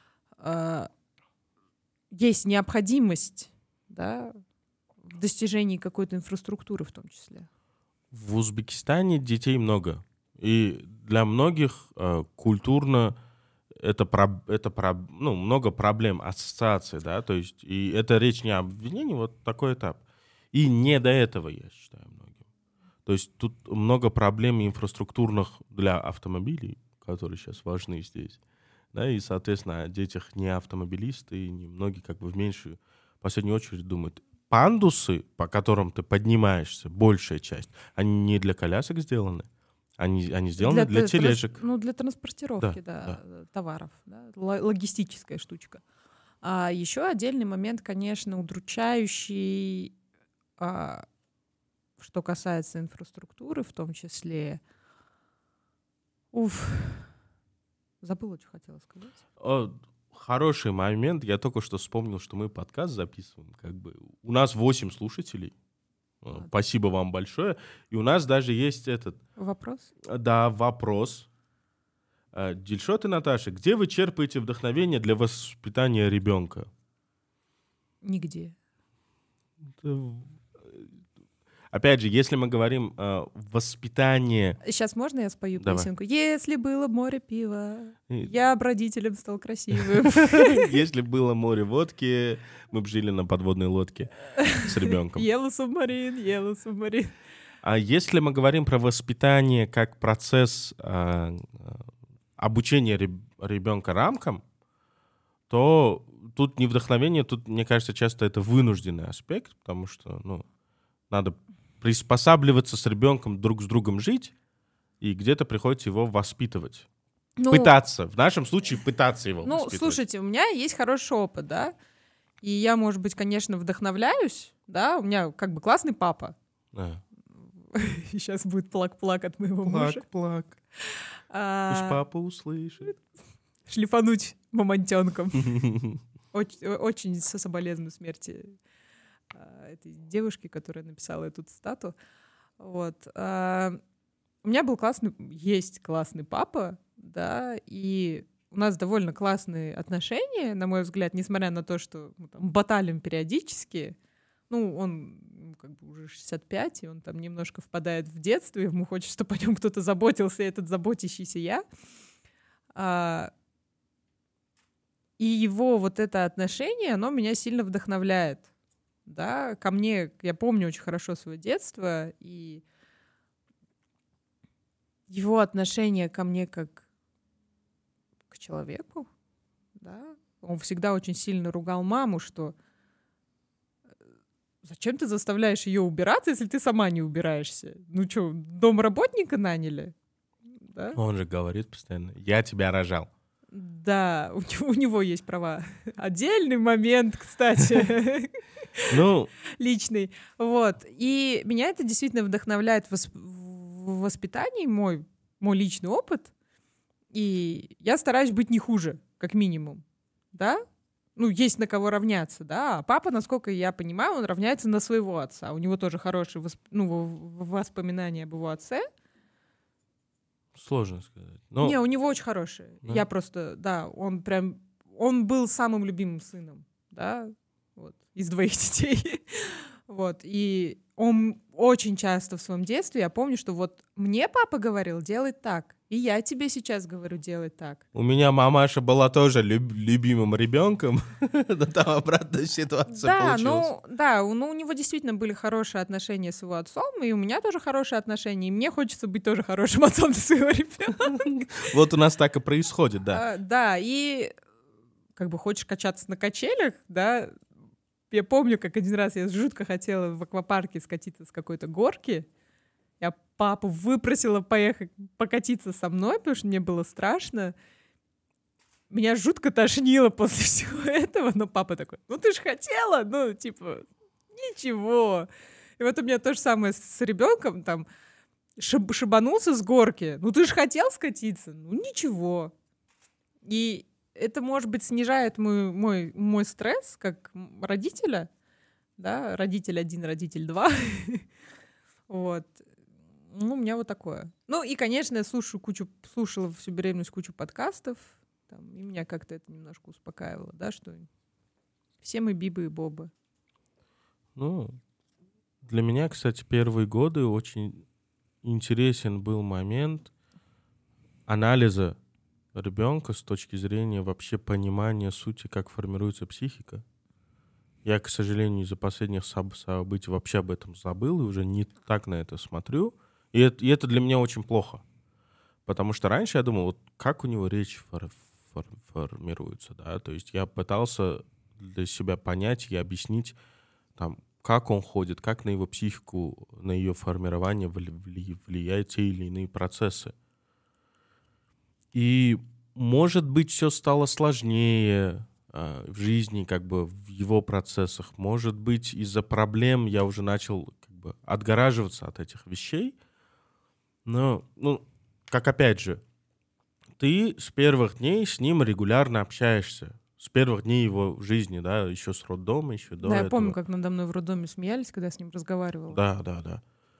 есть необходимость, да, в достижении какой-то инфраструктуры в том числе. В Узбекистане детей много. И для многих культурно это много проблем, ассоциаций, да, то есть и это речь не об обвинении, вот такой этап. И не до этого, я считаю, многим. То есть тут много проблем инфраструктурных для автомобилей, которые сейчас важны здесь. Да, и, соответственно, о детях не автомобилисты, и многие как бы в последнюю очередь думают. Пандусы, по которым ты поднимаешься, большая часть, они не для колясок сделаны. Они сделаны для тележек. Для транспортировки товаров. Да, логистическая штучка. А еще отдельный момент, конечно, удручающий, что касается инфраструктуры, в том числе. Забыла, что хотела сказать. Хороший момент. Я только что вспомнил, что мы подкаст записываем. Как бы у нас 8 слушателей. Спасибо вам большое. И у нас даже есть Вопрос? Да, вопрос. Дильшот и Наташа, где вы черпаете вдохновение для воспитания ребенка? Нигде. Опять же, если мы говорим воспитание... Сейчас можно я спою песенку? Если было море пива, я б родителям стал красивым. Если было море водки, мы бы жили на подводной лодке с ребенком. Ела субмарин. А если мы говорим про воспитание как процесс обучения ребенка рамкам, то тут не вдохновение, тут, мне кажется, часто это вынужденный аспект, потому что, надо приспосабливаться с ребенком, друг с другом жить, и где-то приходится его воспитывать. Пытаться. В нашем случае пытаться его воспитывать. Слушайте, у меня есть хороший опыт, да, и я, может быть, конечно, вдохновляюсь, да, у меня как бы классный папа. Сейчас будет плак-плак от моего мужа. Плак-плак. Пусть папа услышит. Шлифануть мамонтенком. Очень соболезную смерти этой девушки, которая написала эту цитату. Вот. У меня есть классный папа, да, и у нас довольно классные отношения, на мой взгляд, несмотря на то, что мы там баталим периодически. Он как бы уже 65, и он там немножко впадает в детство, и ему хочется, чтобы о нем кто-то заботился, и этот заботящийся я. И его вот это отношение, оно меня сильно вдохновляет. Да, ко мне, я помню очень хорошо свое детство, и его отношение ко мне как к человеку, да, он всегда очень сильно ругал маму, что зачем ты заставляешь ее убираться, если ты сама не убираешься? Домработника наняли? да? Он же говорит постоянно, я тебя рожал. Да, у него есть права. Отдельный момент, кстати, Ну, личный. Вот. И меня это действительно вдохновляет в воспитании, мой личный опыт. И я стараюсь быть не хуже, как минимум. Да? Ну, есть на кого равняться, да. А папа, насколько я понимаю, он равняется на своего отца. У него тоже хорошие воспоминания об его отце. сложно сказать. Не, у него очень хорошие. Да? Я просто, да, он был самым любимым сыном, да, вот, из 2 детей. Вот, и он очень часто в своем детстве, я помню, что вот мне папа говорил, делай так, и я тебе сейчас говорю, делай так. У меня мамаша была тоже любимым ребенком, но там обратная ситуация получилась. У него действительно были хорошие отношения с его отцом, и у меня тоже хорошие отношения, и мне хочется быть тоже хорошим отцом для своего ребенка. Вот у нас так и происходит, да. Да, и как бы хочешь качаться на качелях, да. Я помню, как один раз я жутко хотела в аквапарке скатиться с какой-то горки. Я папу выпросила поехать покатиться со мной, потому что мне было страшно. Меня жутко тошнило после всего этого, но папа такой, ну ты же хотела, ну типа, ничего. И вот у меня то же самое с ребенком, там, шибанулся с горки, ну ты же хотел скатиться, ну ничего. И это, может быть, снижает мой стресс как родителя, да, родитель 1, родитель 2. Вот. Ну, у меня вот такое. Ну, и, конечно, я слушала всю беременность кучу подкастов, там, и меня как-то это немножко успокаивало, да, что все мы Бибы и Бобы. Ну, для меня, кстати, первые годы очень интересен был момент анализа ребенка с точки зрения вообще понимания сути, как формируется психика. Я, к сожалению, из-за последних событий вообще об этом забыл и уже не так на это смотрю. И это для меня очень плохо. Потому что раньше я думал, вот как у него речь формируется, да, то есть я пытался для себя понять и объяснить, там, как он ходит, как на его психику, на ее формирование влияют те или иные процессы. И, может быть, все стало сложнее в жизни, как бы в его процессах. Может быть, из-за проблем я уже начал как бы отгораживаться от этих вещей. Но, как опять же, ты с первых дней с ним регулярно общаешься. С первых дней его жизни, да, еще с роддома, еще до этого. Да, я помню, как надо мной в роддоме смеялись, когда я с ним разговаривала. Да.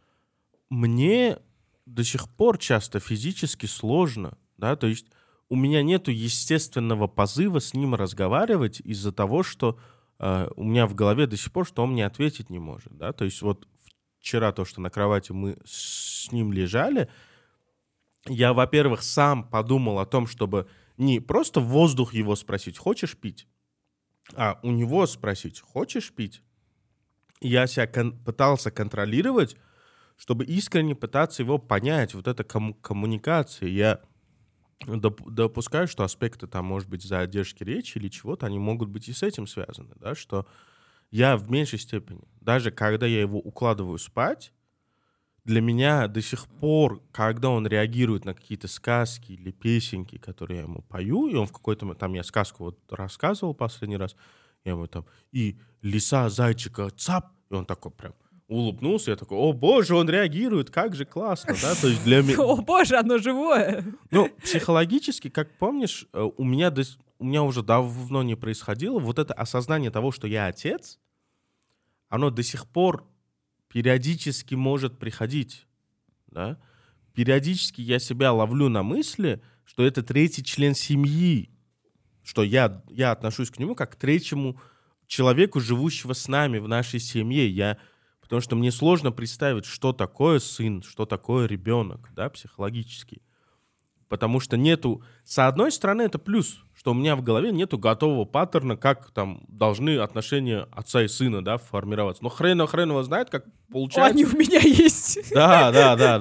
Мне до сих пор часто физически сложно, да, то есть у меня нету естественного позыва с ним разговаривать из-за того, что у меня в голове до сих пор, что он мне ответить не может, да, то есть вот вчера то, что на кровати мы с ним лежали, я, во-первых, сам подумал о том, чтобы не просто в воздух его спросить, хочешь пить, а у него спросить, хочешь пить. И я себя пытался контролировать, чтобы искренне пытаться его понять, вот эта коммуникация. Я допускаю, что аспекты там, может быть, задержки речи или чего-то, они могут быть и с этим связаны, да, что я в меньшей степени, даже когда я его укладываю спать, для меня до сих пор, когда он реагирует на какие-то сказки или песенки, которые я ему пою, и он в какой-то момент, там я сказку вот рассказывал последний раз, я ему там, и лиса, зайчика, цап, и он такой прям улыбнулся, я такой, о боже, он реагирует, как же классно, да, то есть для меня... О боже, оно живое! Ну, психологически, как помнишь, у меня уже давно не происходило вот это осознание того, что я отец, оно до сих пор периодически может приходить, да? Периодически я себя ловлю на мысли, что это третий член семьи, что я отношусь к нему как к третьему человеку, живущего с нами в нашей семье. Потому что мне сложно представить, что такое сын, что такое ребенок, да, психологически. Потому что нету... С одной стороны, это плюс, что у меня в голове нету готового паттерна, как там должны отношения отца и сына, да, формироваться. Но хрен его знает, как получается. Они у меня есть. Да.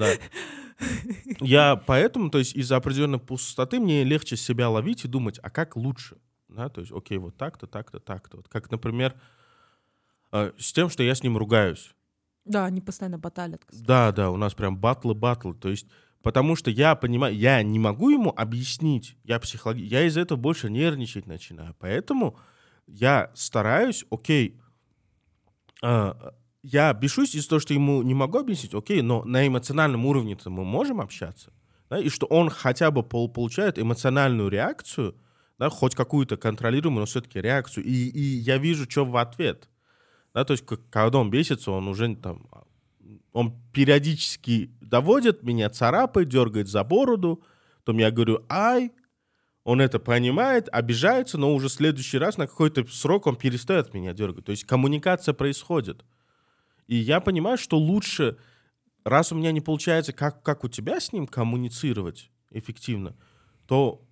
Я поэтому, то есть из-за определенной пустоты мне легче себя ловить и думать, а как лучше? Да, то есть, окей, вот так-то, так-то, так-то. Вот как, например, с тем, что я с ним ругаюсь. Да, они постоянно баталят. Да, у нас прям батлы. То есть Потому что я понимаю, я не могу ему объяснить, я из-за этого больше нервничать начинаю. Поэтому я стараюсь, окей, я бешусь из-за того, что ему не могу объяснить, окей, но на эмоциональном уровне-то мы можем общаться, да, и что он хотя бы получает эмоциональную реакцию, да, хоть какую-то контролируемую, но все-таки реакцию, и я вижу, что в ответ. Да, то есть, когда он бесится, он уже там, он периодически доводит меня, царапает, дергает за бороду, потом я говорю «ай», он это понимает, обижается, но уже в следующий раз на какой-то срок он перестает меня дергать. То есть коммуникация происходит. И я понимаю, что лучше, раз у меня не получается, как у тебя с ним коммуницировать эффективно, то,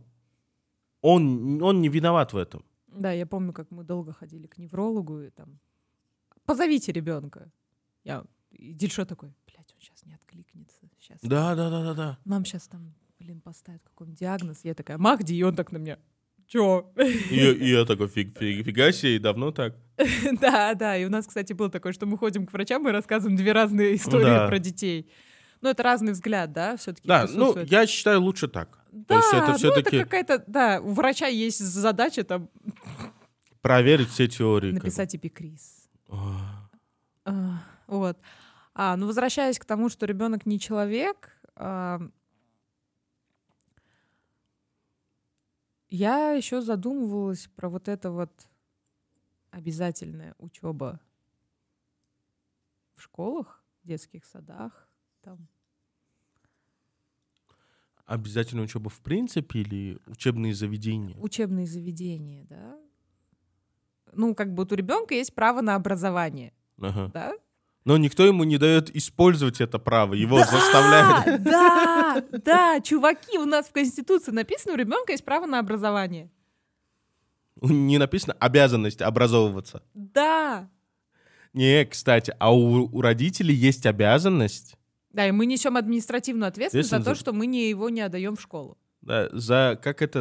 он не виноват в этом. Да, я помню, как мы долго ходили к неврологу, и там, позовите ребенка. И Дильшо такой, блядь, он сейчас не откликнется. Сейчас Да. нам сейчас там, поставят какой-нибудь диагноз. Я такая, Махди, и он так на меня, чё? И я такой, фига себе, и давно так. Да, и у нас, кстати, было такое, что мы ходим к врачам и рассказываем 2 разные истории про детей. Ну, это разный взгляд, да, все-таки. Да, я считаю, лучше так. Да, то есть это все-таки... это какая-то, да, у врача есть задача там... Проверить все теории. Написать эпикриз. Вот. Возвращаясь к тому, что ребенок не человек, я еще задумывалась про вот это вот обязательная учеба в школах, в детских садах. Там. Обязательная учеба в принципе или учебные заведения? Учебные заведения, да. У ребенка есть право на образование. Ага. Да? Но никто ему не дает использовать это право, его заставляют. Да, чуваки, у нас в Конституции написано, у ребенка есть право на образование. Не написано обязанность образовываться. Да. Не, кстати, а у родителей есть обязанность. Да, и мы несем административную ответственность за то, что мы его не отдаем в школу. Да, за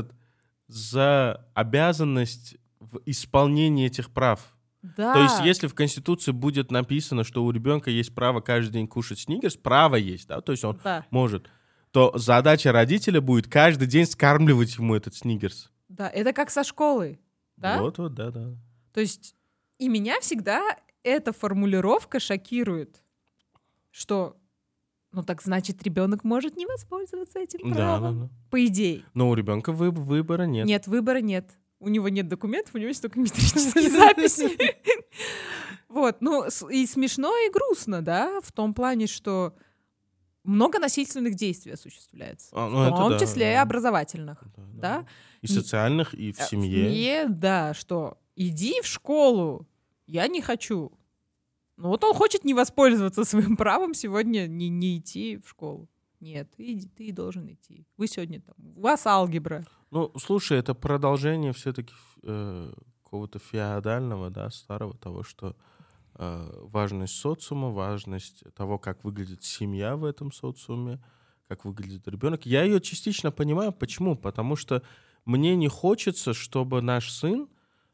обязанность в исполнении этих прав. Да. То есть, если в Конституции будет написано, что у ребенка есть право каждый день кушать сникерс, право есть, да, то есть он может, то задача родителя будет каждый день скармливать ему этот сникерс. Да, это как со школой, да? Вот, да. То есть, и меня всегда эта формулировка шокирует, что, так значит, ребенок может не воспользоваться этим правом, Да. по идее. Но у ребенка выбора нет. Нет, выбора нет. У него нет документов, у него есть только метрические записи. Вот, и смешно, и грустно, да, в том плане, что много насильственных действий осуществляется, в том числе и образовательных, да. И социальных, и в семье. В семье, да, что иди в школу, я не хочу. Он хочет не воспользоваться своим правом сегодня не идти в школу. Нет, ты должен идти. Вы сегодня там, у вас алгебра. Слушай, это продолжение все-таки какого-то феодального, да, старого того, что важность социума, важность того, как выглядит семья в этом социуме, как выглядит ребенок. Я ее частично понимаю. Почему? Потому что мне не хочется, чтобы наш сын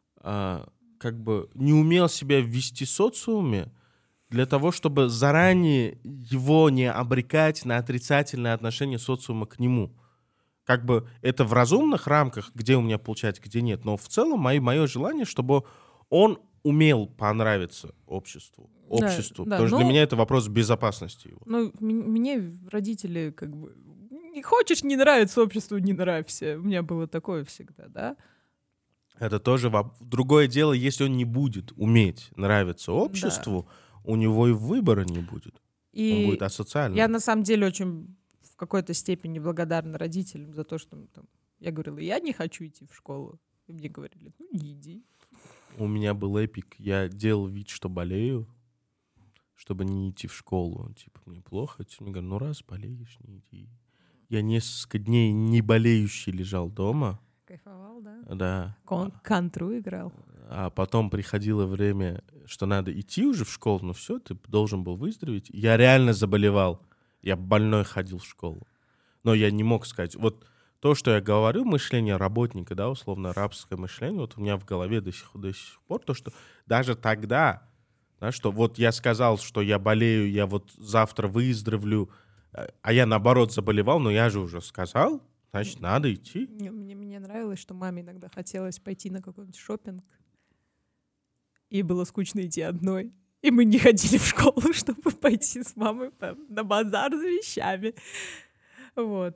не умел себя вести в социуме для того, чтобы заранее его не обрекать на отрицательное отношение социума к нему. Это в разумных рамках, где у меня получается, где нет. Но в целом мое желание, чтобы он умел понравиться обществу. Да, потому что для меня это вопрос безопасности его. Мне родители не хочешь не нравиться обществу, не нравься. У меня было такое всегда, да? Это тоже другое дело, если он не будет уметь нравиться обществу, у него и выбора не будет. Он будет асоциальным. Я на самом деле очень в какой-то степени благодарна родителям за то, что я говорила, я не хочу идти в школу. И мне говорили, не иди. У меня был эпик. Я делал вид, что болею, чтобы не идти в школу. Мне плохо. Мне говорят, раз болеешь, не иди. Я несколько дней не болеющий лежал дома. Кайфовал, да? Да. Контру играл. А потом приходило время, что надо идти уже в школу. Все, ты должен был выздороветь. Я реально заболевал. Я больной ходил в школу. Но я не мог сказать. Вот то, что я говорю, мышление работника, да, условно рабское мышление, вот у меня в голове до сих пор, то, что даже тогда, да, что вот я сказал, что я болею, я вот завтра выздоровлю, А я, наоборот, заболевал, но я же уже сказал, значит, надо идти. Мне нравилось, что маме иногда хотелось пойти на какой-нибудь шопинг. И было скучно идти одной. И мы не ходили в школу, чтобы пойти с мамой на базар за вещами. Вот.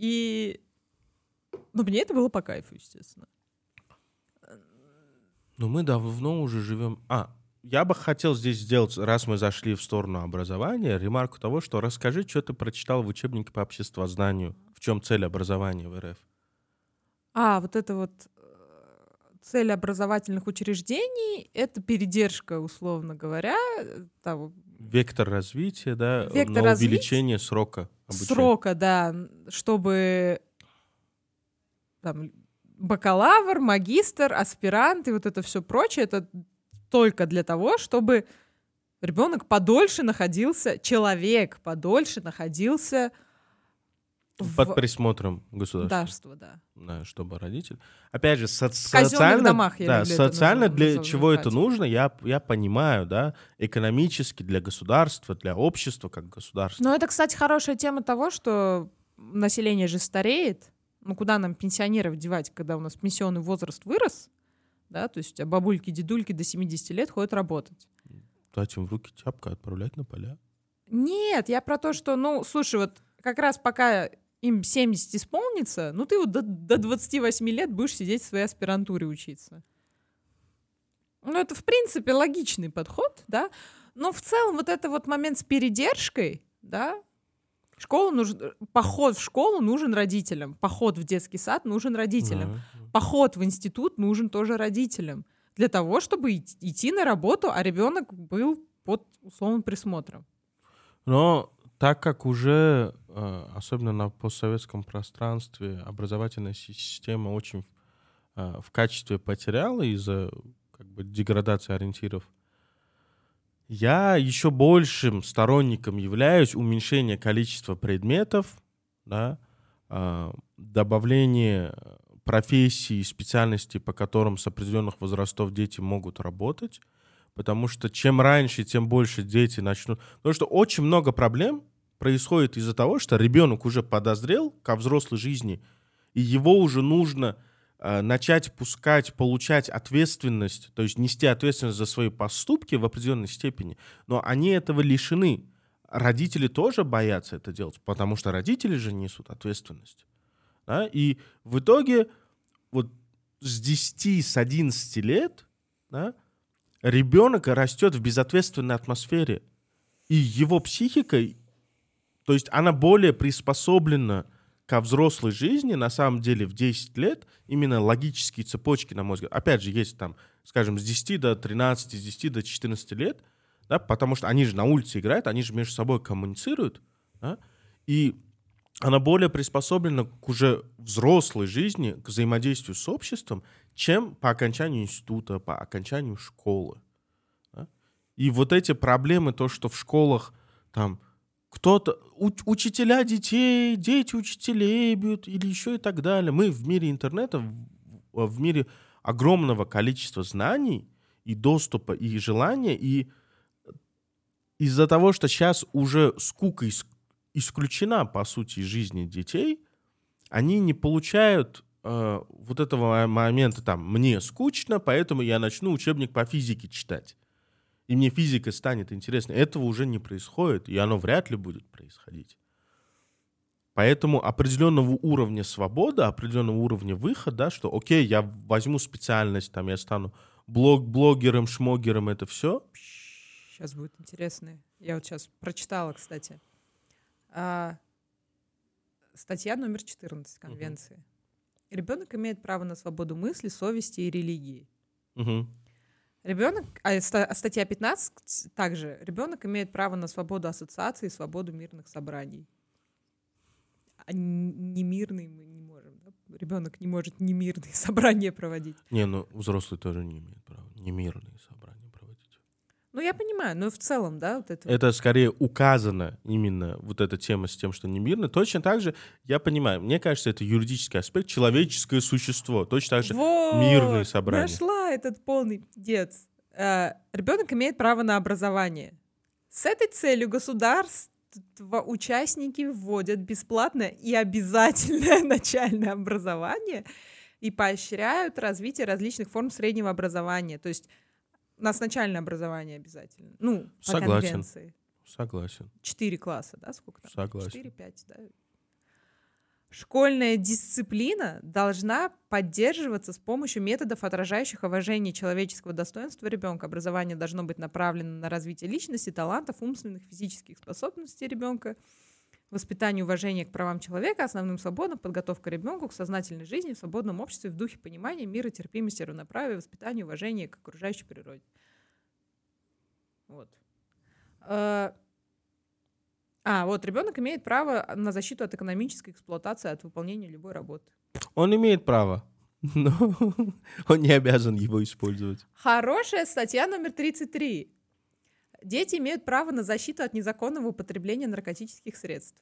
Но мне это было по кайфу, естественно. Но мы давно уже живем... Я бы хотел здесь сделать, раз мы зашли в сторону образования, ремарку того, что расскажи, что ты прочитал в учебнике по обществознанию. В чем цель образования в РФ? Вот это вот цель образовательных учреждений — это передержка, условно говоря, того. Вектор развития, да, Вектор но увеличение срока обучения. Срока, да, чтобы там, бакалавр, магистр, аспирант и вот это все прочее, это только для того, чтобы ребенок подольше находился, человек подольше находился под присмотром государства. Да. Чтобы родитель... Опять же, в казенных домах, я люблю социально это для чего называть. это нужно, я понимаю, да, экономически для государства, для общества как государства. Но это, кстати, хорошая тема того, что население же стареет. Ну, куда нам пенсионеров девать, когда у нас пенсионный возраст вырос? Да, то есть у тебя бабульки, дедульки до 70 лет ходят работать. Дать им в руки тяпка, отправлять на поля. Нет, я про то, что, слушай, вот как раз пока им 70 исполнится, ты вот до 28 лет будешь сидеть в своей аспирантуре учиться. Это, в принципе, логичный подход, да, но в целом вот это вот момент с передержкой, да, поход в школу нужен родителям, поход в детский сад нужен родителям, поход в институт нужен тоже родителям, для того, чтобы идти на работу, а ребенок был под условным присмотром. Но так как уже, особенно на постсоветском пространстве, образовательная система очень в качестве потеряла из-за деградации ориентиров, я еще большим сторонником являюсь уменьшения количества предметов, да, добавление профессий и специальностей, по которым с определенных возрастов дети могут работать, потому что чем раньше, тем больше дети начнут... Потому что очень много проблем происходит из-за того, что ребенок уже подозрел ко взрослой жизни, и его уже нужно начать получать ответственность, то есть нести ответственность за свои поступки в определенной степени, но они этого лишены. Родители тоже боятся это делать, потому что родители же несут ответственность. Да? И в итоге вот с 10, с 11 лет, да, ребенок растет в безответственной атмосфере, и его психика, то есть она более приспособлена ко взрослой жизни, на самом деле, в 10 лет, именно логические цепочки, на мой взгляд. Опять же, есть там, скажем, с 10 до 13, с 10 до 14 лет, да, потому что они же на улице играют, они же между собой коммуницируют, да, и она более приспособлена к уже взрослой жизни, к взаимодействию с обществом, чем по окончанию института, по окончанию школы. Да? И вот эти проблемы, то, что в школах там кто-то, учителя детей, дети учителей бьют или еще и так далее. Мы в мире интернета, в мире огромного количества знаний и доступа, и желания, и из-за того, что сейчас уже скука исключена, по сути, из жизни детей, они не получают вот этого момента, там, мне скучно, поэтому я начну учебник по физике читать. И мне физика станет интересной. Этого уже не происходит, и оно вряд ли будет происходить. Поэтому определенного уровня свободы, определенного уровня выхода, да, что окей, я возьму специальность, там, я стану блогером, шмогером, это все. Сейчас будет интересно. Я вот сейчас прочитала, кстати. Статья номер 14 Конвенции. Ребенок имеет право на свободу мысли, совести и религии. Ребенок, статья 15 также. Ребенок имеет право на свободу ассоциации и свободу мирных собраний. А немирные мы не можем. Да? Ребенок не может немирные собрания проводить. Взрослый тоже не имеет права немирные собрания проводить. Я понимаю, но в целом, да, вот это... Это скорее указано именно вот эта тема с тем, что немирно. Точно так же, я понимаю, мне кажется, это юридический аспект, человеческое существо. Точно так же мирные собрания. Нашла этот полный пиздец. Ребенок имеет право на образование. С этой целью государство участники вводят бесплатное и обязательное начальное образование и поощряют развитие различных форм среднего образования. То есть у нас начальное образование обязательно. Ну, по конвенции. Согласен. 4 класса, да? Сколько там? Согласен. 4-5, да. Школьная дисциплина должна поддерживаться с помощью методов, отражающих уважение человеческого достоинства ребенка. Образование должно быть направлено на развитие личности, талантов, умственных, физических способностей ребенка, воспитание уважения к правам человека, основным свободам, подготовка ребенка к сознательной жизни в свободном обществе в духе понимания, мира, терпимости, равноправия, воспитания, уважения к окружающей природе. Вот. Вот ребенок имеет право на защиту от экономической эксплуатации, от выполнения любой работы. Он имеет право, но он не обязан его использовать. Хорошая статья номер 33. Дети имеют право на защиту от незаконного употребления наркотических средств.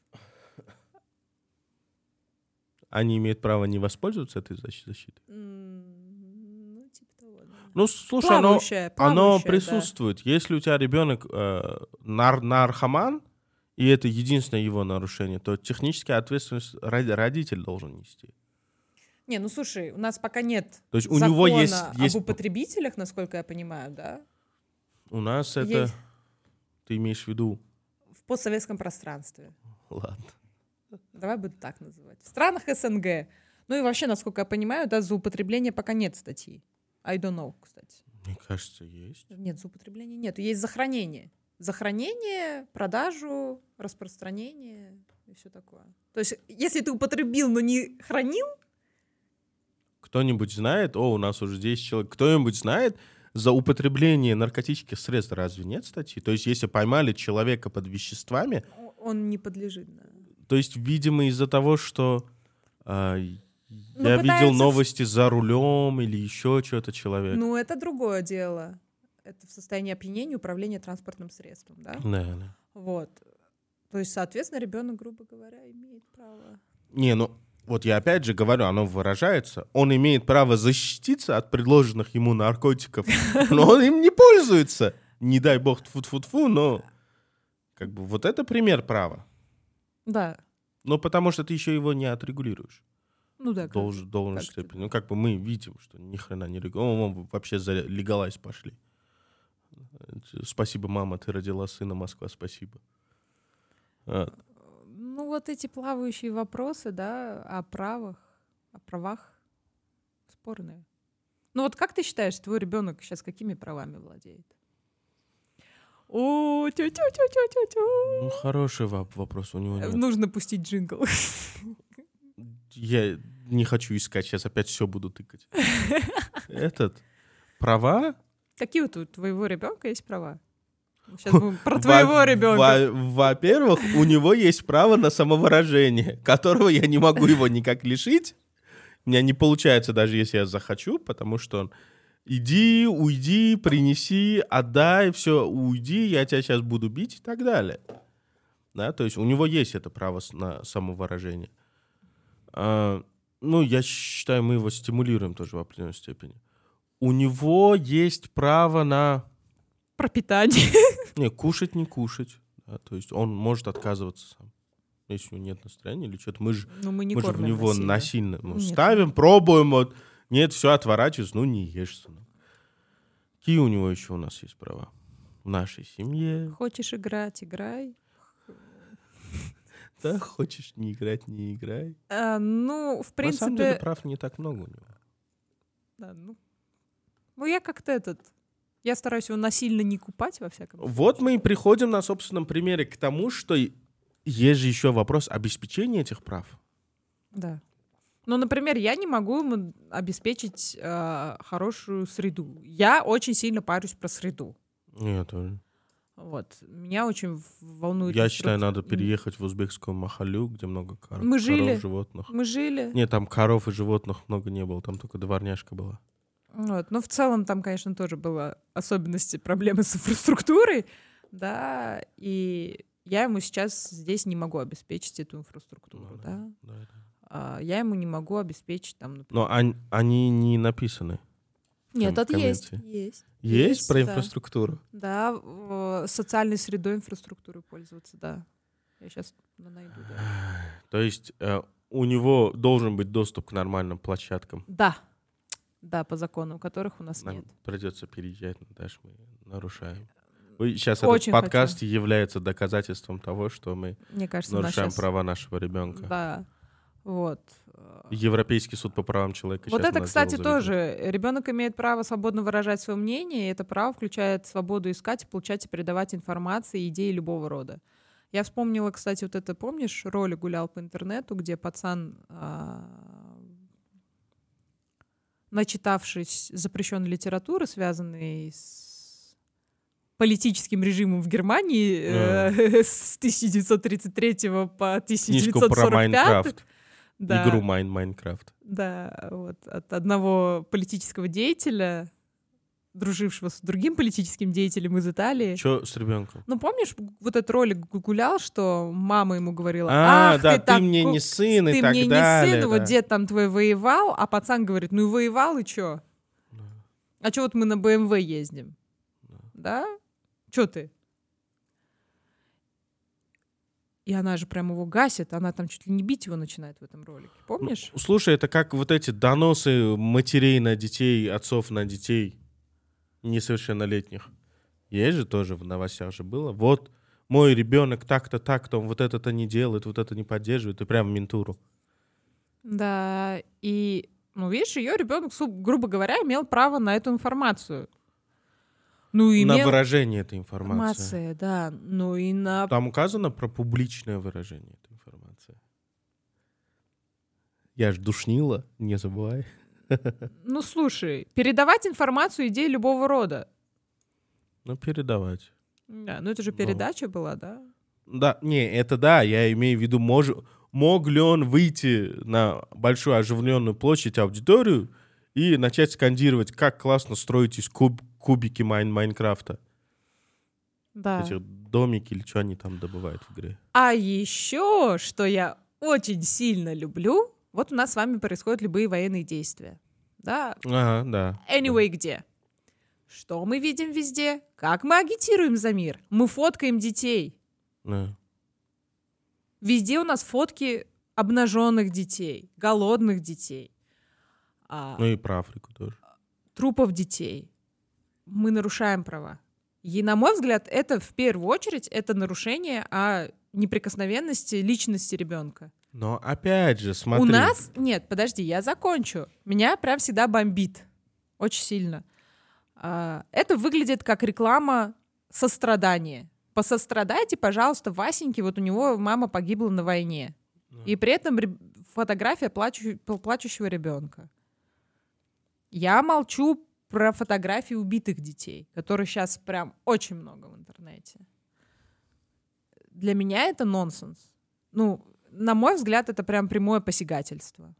Они имеют право не воспользоваться этой защитой? Ну, типа того, да. Ну, слушай, плавающая, оно присутствует. Да. Если у тебя ребенок наркоман, и это единственное его нарушение, то технически ответственность родитель должен нести. Не, ну слушай, у нас пока нет то есть у закона него есть об употребителях, насколько я понимаю, да? У нас есть. Это... Ты имеешь в виду? В постсоветском пространстве. Ладно. Давай буду так называть. В странах СНГ. Ну и вообще, насколько я понимаю, да, за употребление пока нет статьи. I don't know, кстати. Мне кажется, есть. Нет, за употребление нет. Есть за хранение. За хранение, продажу, распространение и все такое. То есть, если ты употребил, но не хранил... Кто-нибудь знает? У нас уже 10 человек. Кто-нибудь знает, за употребление наркотических средств разве нет статьи? То есть, если поймали человека под веществами... Он не подлежит, да. То есть, видимо, из-за того, что я видел новости за рулем или еще что-то человек. Ну, это другое дело. Это в состоянии опьянения управления транспортным средством, да? Да. Вот. То есть, соответственно, ребенок, грубо говоря, имеет право. Не, ну, вот я опять же говорю, оно выражается. Он имеет право защититься от предложенных ему наркотиков, но он им не пользуется. Не дай бог, тьфу-тьфу-тьфу, но как бы вот это пример права. Да. Ну, потому что ты еще его не отрегулируешь. Ну да. Должен степени. Ну, как бы мы видим, что ни хрена не регулируем. Вообще за легалайз пошли. Спасибо, мама, ты родила сына, Москва, спасибо. Ну, вот эти плавающие вопросы, да, о правах спорные. Ну, вот как ты считаешь, твой ребенок сейчас какими правами владеет? О, тю-тю-тю-тю-тю-тю. Ну, хороший вопрос, у него нет. Нужно пустить джингл. Я не хочу искать, сейчас опять все буду тыкать. Права? Какие вот у твоего ребенка есть права? Сейчас будем про твоего ребенка. Во-первых, у него есть право на самовыражение, которого я не могу его никак лишить. У меня не получается, даже если я захочу, потому что он иди, уйди, принеси, отдай, все, уйди, я тебя сейчас буду бить и так далее. Да, то есть у него есть это право на самовыражение. Ну, я считаю, мы его стимулируем тоже в определенной степени. У него есть право на... Пропитание. Не, кушать, не кушать. Да, то есть он может отказываться сам. Если у него нет настроения или что-то. Мы же в него насильно ставим, пробуем. Вот. Нет, все, отворачивается. Ну, не ешь, сынок. Какие у него еще у нас есть права? В нашей семье. Хочешь играть, играй. Да, хочешь не играть, не играй. Ну, в принципе... На самом деле прав не так много у него. Да, ну я как-то Я стараюсь его насильно не купать, во всяком случае. Вот мы и приходим на собственном примере к тому, что есть же еще вопрос обеспечения этих прав. Да. Ну, например, я не могу ему обеспечить хорошую среду. Я очень сильно парюсь про среду. Я тоже. Вот. Меня очень волнует... Я считаю, надо переехать в узбекскую Махалю, где много коров, животных. Мы жили. Нет, там коров и животных много не было, там только дворняжка была. Вот. Но в целом там, конечно, тоже было особенности, проблемы с инфраструктурой, да, и я ему сейчас здесь не могу обеспечить эту инфраструктуру, да. Я ему не могу обеспечить там, например... Но они не написаны. Нет, это есть. Есть про инфраструктуру? Да, социальной средой инфраструктуры пользоваться, да. Я сейчас найду. Да. То есть у него должен быть доступ к нормальным площадкам. Да. Да, по закону, которых у нас Нам нет. придется переезжать, Наташ, мы нарушаем. Сейчас Очень этот подкаст является доказательством того, что мы Мне кажется, нарушаем права нашего ребенка. Да, вот. Европейский суд по правам человека. Вот это, кстати, тоже. Ребенок имеет право свободно выражать свое мнение, и это право включает свободу искать, получать и передавать информацию и идеи любого рода. Я вспомнила, кстати, вот это, помнишь, ролик гулял по интернету, где пацан, начитавшись запрещенной литературы, связанной с политическим режимом в Германии с 1933 по 1945. Книжку про Майнкрафт. Да. Игру Майнкрафт. Да, вот от одного политического деятеля, дружившего с другим политическим деятелем из Италии. Что с ребенком? Ну, помнишь, вот этот ролик гулял, что мама ему говорила: ах, да, ты мне не сын и так далее. Ты мне не сын, вот дед там твой воевал, а пацан говорит: ну и воевал, и чё? Да. А чё вот мы на БМВ ездим? Да? Чё ты? И она же прям его гасит, она там чуть ли не бить его начинает в этом ролике. Помнишь? Ну, слушай, это как вот эти доносы матерей на детей, отцов на детей несовершеннолетних. Есть же тоже в новостях же было. Вот мой ребенок так-то, так-то, он вот это не делает, вот это не поддерживает, и прям в ментуру. Да, и, ну, видишь, ее ребенок, грубо говоря, имел право на эту информацию. Ну, имел... На выражение этой информации. Да. Ну и на... Там указано про публичное выражение этой информации. Я ж душнила, не забывай. Ну, слушай, передавать информацию идей любого рода. Ну, передавать. Да, ну это же передача была, да? Да, не, это да, я имею в виду, мог ли он выйти на большую оживленную площадь, аудиторию, и начать скандировать, как классно строить из кубики Майнкрафта. Да. Эти домики или что они там добывают в игре. А еще, что я очень сильно люблю, вот у нас с вами происходят любые военные действия. Да? Ага, да. Anyway, где? Что мы видим везде? Как мы агитируем за мир? Мы фоткаем детей. Да. Везде у нас фотки обнаженных детей, голодных детей. Ну и про Африку тоже. Трупов детей. Мы нарушаем права. И, на мой взгляд, это в первую очередь это нарушение о неприкосновенности личности ребенка. Но опять же, смотри. У нас... Нет, подожди, я закончу. Меня прям всегда бомбит. Очень сильно. Это выглядит как реклама сострадания. Посострадайте, пожалуйста, Васеньке, вот у него мама погибла на войне. И при этом фотография плачущего ребенка. Я молчу про фотографии убитых детей, которых сейчас прям очень много в интернете. Для меня это нонсенс. Ну, на мой взгляд, это прям прямое посягательство.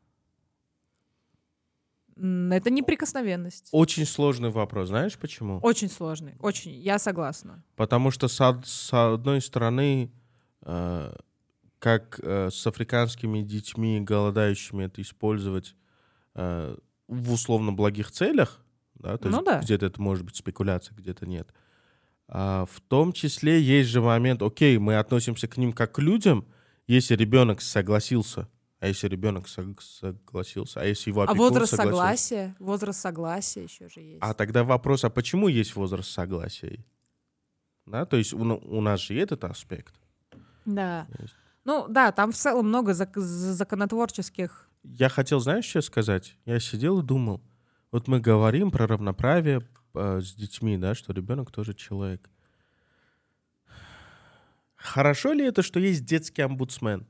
Это неприкосновенность. Очень сложный вопрос. Знаешь почему? Очень сложный. Очень. Я согласна. Потому что с одной стороны, как с африканскими детьми, голодающими, это использовать в условно благих целях, да, то есть где-то это может быть спекуляция, где-то нет. В том числе есть же момент, окей, мы относимся к ним как к людям, если ребенок согласился, а если ребенок согласился, а если его опекун согласился. Возраст согласия еще же есть. А тогда вопрос, а почему есть возраст согласия? Да, то есть у нас же этот аспект. Да. Есть. Ну да, там в целом много законотворческих... Я хотел, знаешь, что сказать? Я сидел и думал, вот мы говорим про равноправие с детьми, да, что ребенок тоже человек. Хорошо ли это, что есть детский омбудсмен?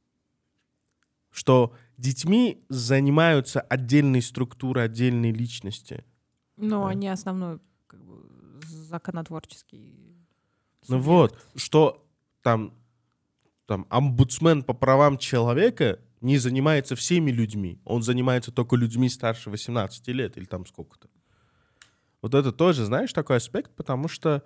Что детьми занимаются отдельные структуры, отдельные личности? Ну, да. Они основной как бы, законотворческий субъект. Ну вот, что там омбудсмен по правам человека не занимается всеми людьми. Он занимается только людьми старше 18 лет или там сколько-то. Вот это тоже, знаешь, такой аспект, потому что...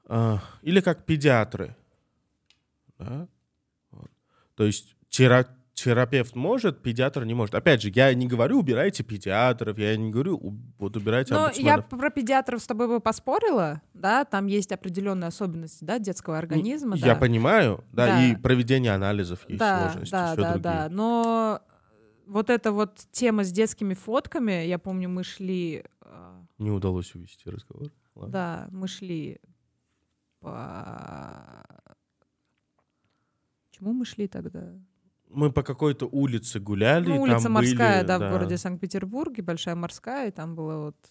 или как педиатры. Да? Вот. То есть терапевт может, педиатр не может. Опять же, я не говорю, убирайте педиатров, я не говорю, вот убирайте Но я омбудсменов. про педиатров с тобой бы поспорила, да, там есть определенные особенности, да, детского организма. Я да. понимаю, да, Да. и проведение анализов есть сложности, Да, еще да, другие. да. Но вот эта вот тема с детскими фотками, я помню, мы шли... Не удалось увести разговор. Ладно. Да, мы шли по... Чему мы шли тогда? Мы по какой-то улице гуляли. Ну, улица там Морская, были, да, в городе Санкт-Петербурге, Большая Морская, и там была вот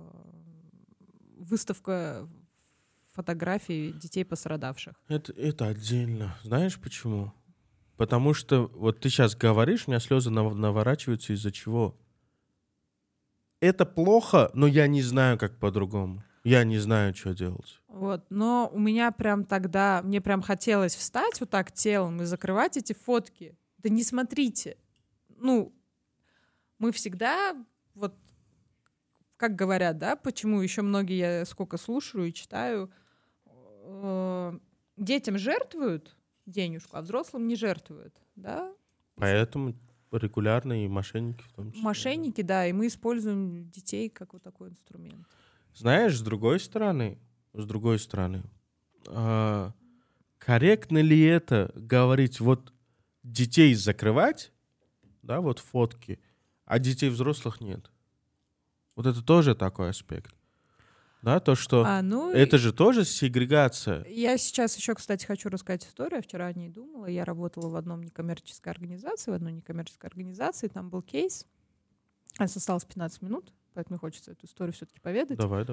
выставка фотографий детей пострадавших. Это отдельно. Знаешь почему? Потому что вот ты сейчас говоришь, у меня слезы наворачиваются из-за чего? Это плохо, но я не знаю, как по-другому. Я не знаю, что делать. Вот, но у меня прям тогда, мне прям хотелось встать вот так телом и закрывать эти фотки. Да не смотрите. Ну, мы всегда, вот, как говорят, да, почему еще многие, я сколько слушаю и читаю, детям жертвуют денежку, а взрослым не жертвуют, да? Поэтому регулярно и мошенники в том числе. Мошенники, да, и мы используем детей как вот такой инструмент. Знаешь, с другой стороны, корректно ли это говорить, вот детей закрывать, да, вот фотки, а детей взрослых нет? Вот это тоже такой аспект. Да, то, что это же тоже сегрегация. Я сейчас еще, кстати, хочу рассказать историю. Я вчера о ней думала. Я работала в одной некоммерческой организации, там был кейс. У нас осталось 15 минут, поэтому мне хочется эту историю все-таки поведать. Давай.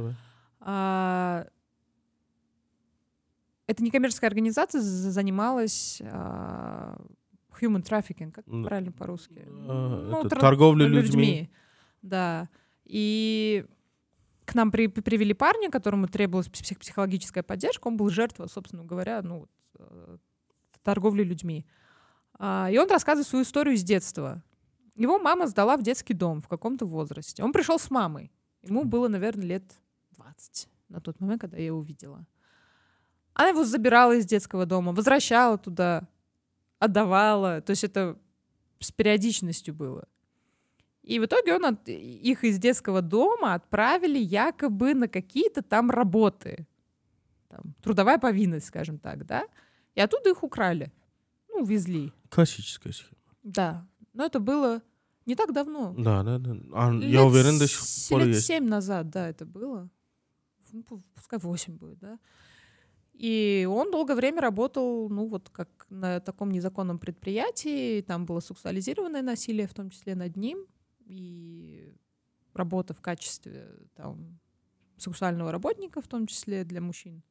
Эта некоммерческая организация занималась human trafficking, как правильно по-русски? Торговля людьми. Да. И к нам привели парня, которому требовалась психологическая поддержка. Он был жертвой, собственно говоря, торговли людьми. И он рассказывает свою историю с детства. Его мама сдала в детский дом в каком-то возрасте. Он пришел с мамой. Ему было, наверное, лет 20 на тот момент, когда я его увидела. Она его забирала из детского дома, возвращала туда, отдавала. То есть это с периодичностью было. И в итоге их из детского дома отправили якобы на какие-то там работы. Там, трудовая повинность, скажем так, да? И оттуда их украли. Увезли. Классическая схема. Да. Но это было не так давно. Да. Я уверен, до сих пор есть. Лет 7 назад, да, это было. Пускай 8 будет, да. И он долгое время работал, как на таком незаконном предприятии. Там было сексуализированное насилие, в том числе над ним. И работа в качестве сексуального работника, в том числе для мужчин.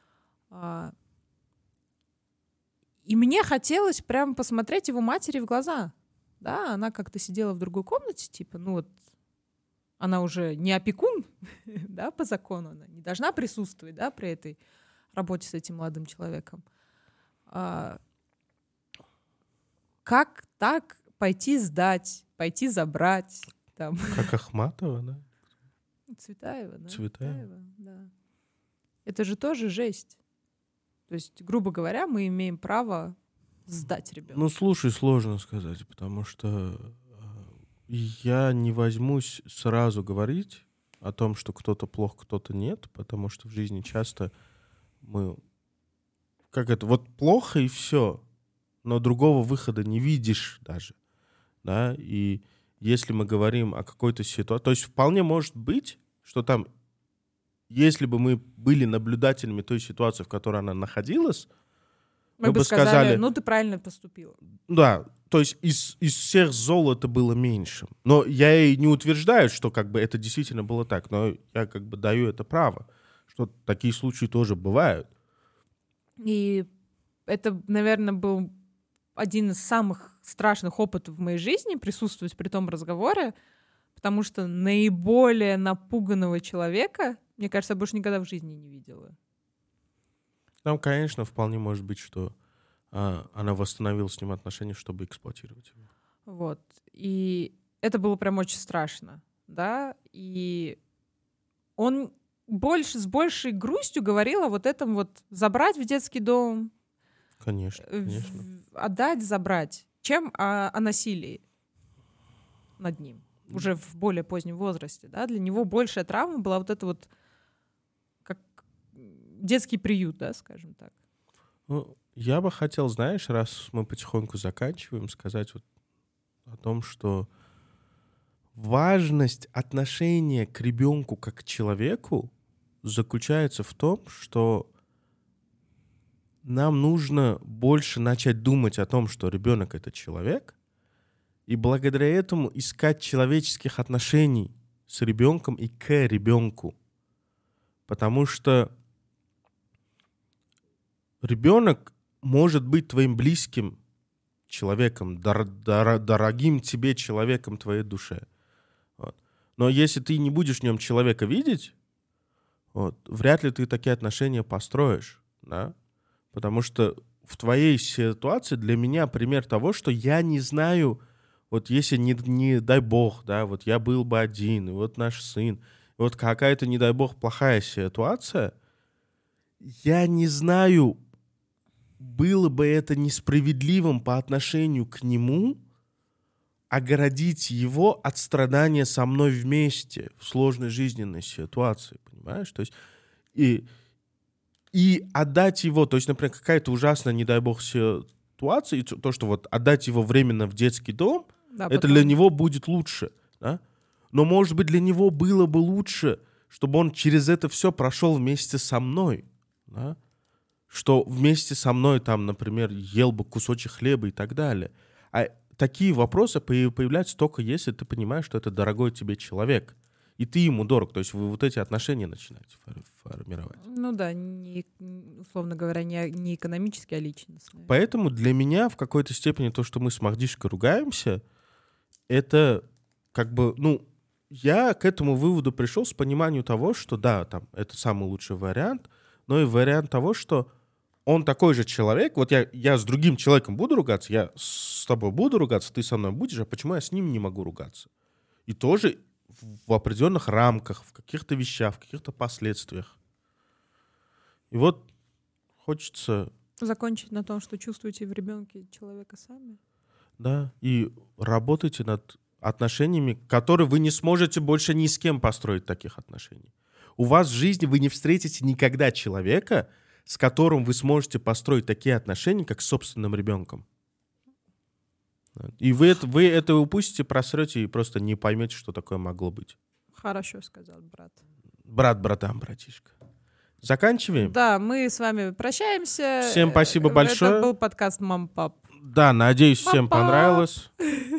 И мне хотелось прям посмотреть его матери в глаза. Да, она как-то сидела в другой комнате, она уже не опекун, да, по закону, она не должна присутствовать, да, при этой работе с этим молодым человеком. Как так пойти сдать, пойти забрать? Там. Как Ахматова, да? Цветаева, да? Цветаева, да. Это же тоже жесть. То есть, грубо говоря, мы имеем право сдать ребенка. Слушай, сложно сказать, потому что я не возьмусь сразу говорить о том, что кто-то плох, кто-то нет, потому что в жизни часто мы... вот плохо и все, но другого выхода не видишь даже, да, и если мы говорим о какой-то ситуации, то есть вполне может быть, что там, если бы мы были наблюдателями той ситуации, в которой она находилась, мы бы сказали, ты правильно поступила. Да, то есть из всех зол это было меньшим. Но я и не утверждаю, что это действительно было так, но я даю это право, что такие случаи тоже бывают. И это, наверное, был один из самых страшных опытов в моей жизни присутствовать при том разговоре, потому что наиболее напуганного человека, мне кажется, я больше никогда в жизни не видела. Там, конечно, вполне может быть, что она восстановила с ним отношения, чтобы эксплуатировать его. Вот. И это было прям очень страшно, да, и он с большей грустью говорил о вот этом забрать в детский дом. Конечно. Отдать, забрать. чем о насилии над ним уже в более позднем возрасте, да, для него большая травма была вот это вот как детский приют, да, скажем так. Ну, я бы хотел, знаешь, раз мы потихоньку заканчиваем, сказать вот о том, что важность отношения к ребенку как к человеку заключается в том, что нам нужно больше начать думать о том, что ребенок — это человек, и благодаря этому искать человеческих отношений с ребенком и к ребенку. Потому что ребенок может быть твоим близким человеком, дорогим тебе человеком, твоей душе. Вот. Но если ты не будешь в нем человека видеть, вот, вряд ли ты такие отношения построишь, да? Потому что в твоей ситуации для меня пример того, что я не знаю, вот если не дай бог, да, вот я был бы один, и вот наш сын, и вот какая-то, не дай бог, плохая ситуация, я не знаю, было бы это несправедливым по отношению к нему оградить его от страдания со мной вместе в сложной жизненной ситуации, понимаешь? То есть и отдать его, то есть, например, какая-то ужасная, не дай бог, ситуация, и то, что вот отдать его временно в детский дом, Да, это потом... для него будет лучше, да? Но, может быть, для него было бы лучше, чтобы он через это все прошел вместе со мной, да? Что вместе со мной там, например, ел бы кусочек хлеба и так далее. А такие вопросы появляются только если ты понимаешь, что это дорогой тебе человек, и ты ему дорог. То есть вы вот эти отношения начинаете формировать. Ну да, условно говоря, не экономически, а личностные. Поэтому для меня в какой-то степени то, что мы с Махдишкой ругаемся, это как бы, ну, я к этому выводу пришел с пониманием того, что да, там, это самый лучший вариант, но и вариант того, что он такой же человек. Вот я с другим человеком буду ругаться, я с тобой буду ругаться, ты со мной будешь, а почему я с ним не могу ругаться? И тоже в определенных рамках, в каких-то вещах, в каких-то последствиях. И вот хочется... Закончить на том, что чувствуете в ребенке человека сами. Да, и работайте над отношениями, которые вы не сможете больше ни с кем построить таких отношений. У вас в жизни вы не встретите никогда человека, с которым вы сможете построить такие отношения, как с собственным ребенком. И вы это упустите, просрете и просто не поймете, что такое могло быть. Хорошо сказал, брат. Брат братам, братишка. Заканчиваем? Да, мы с вами прощаемся. Всем спасибо большое. Это был подкаст «Мам-пап». Да, надеюсь, всем Папа. понравилось.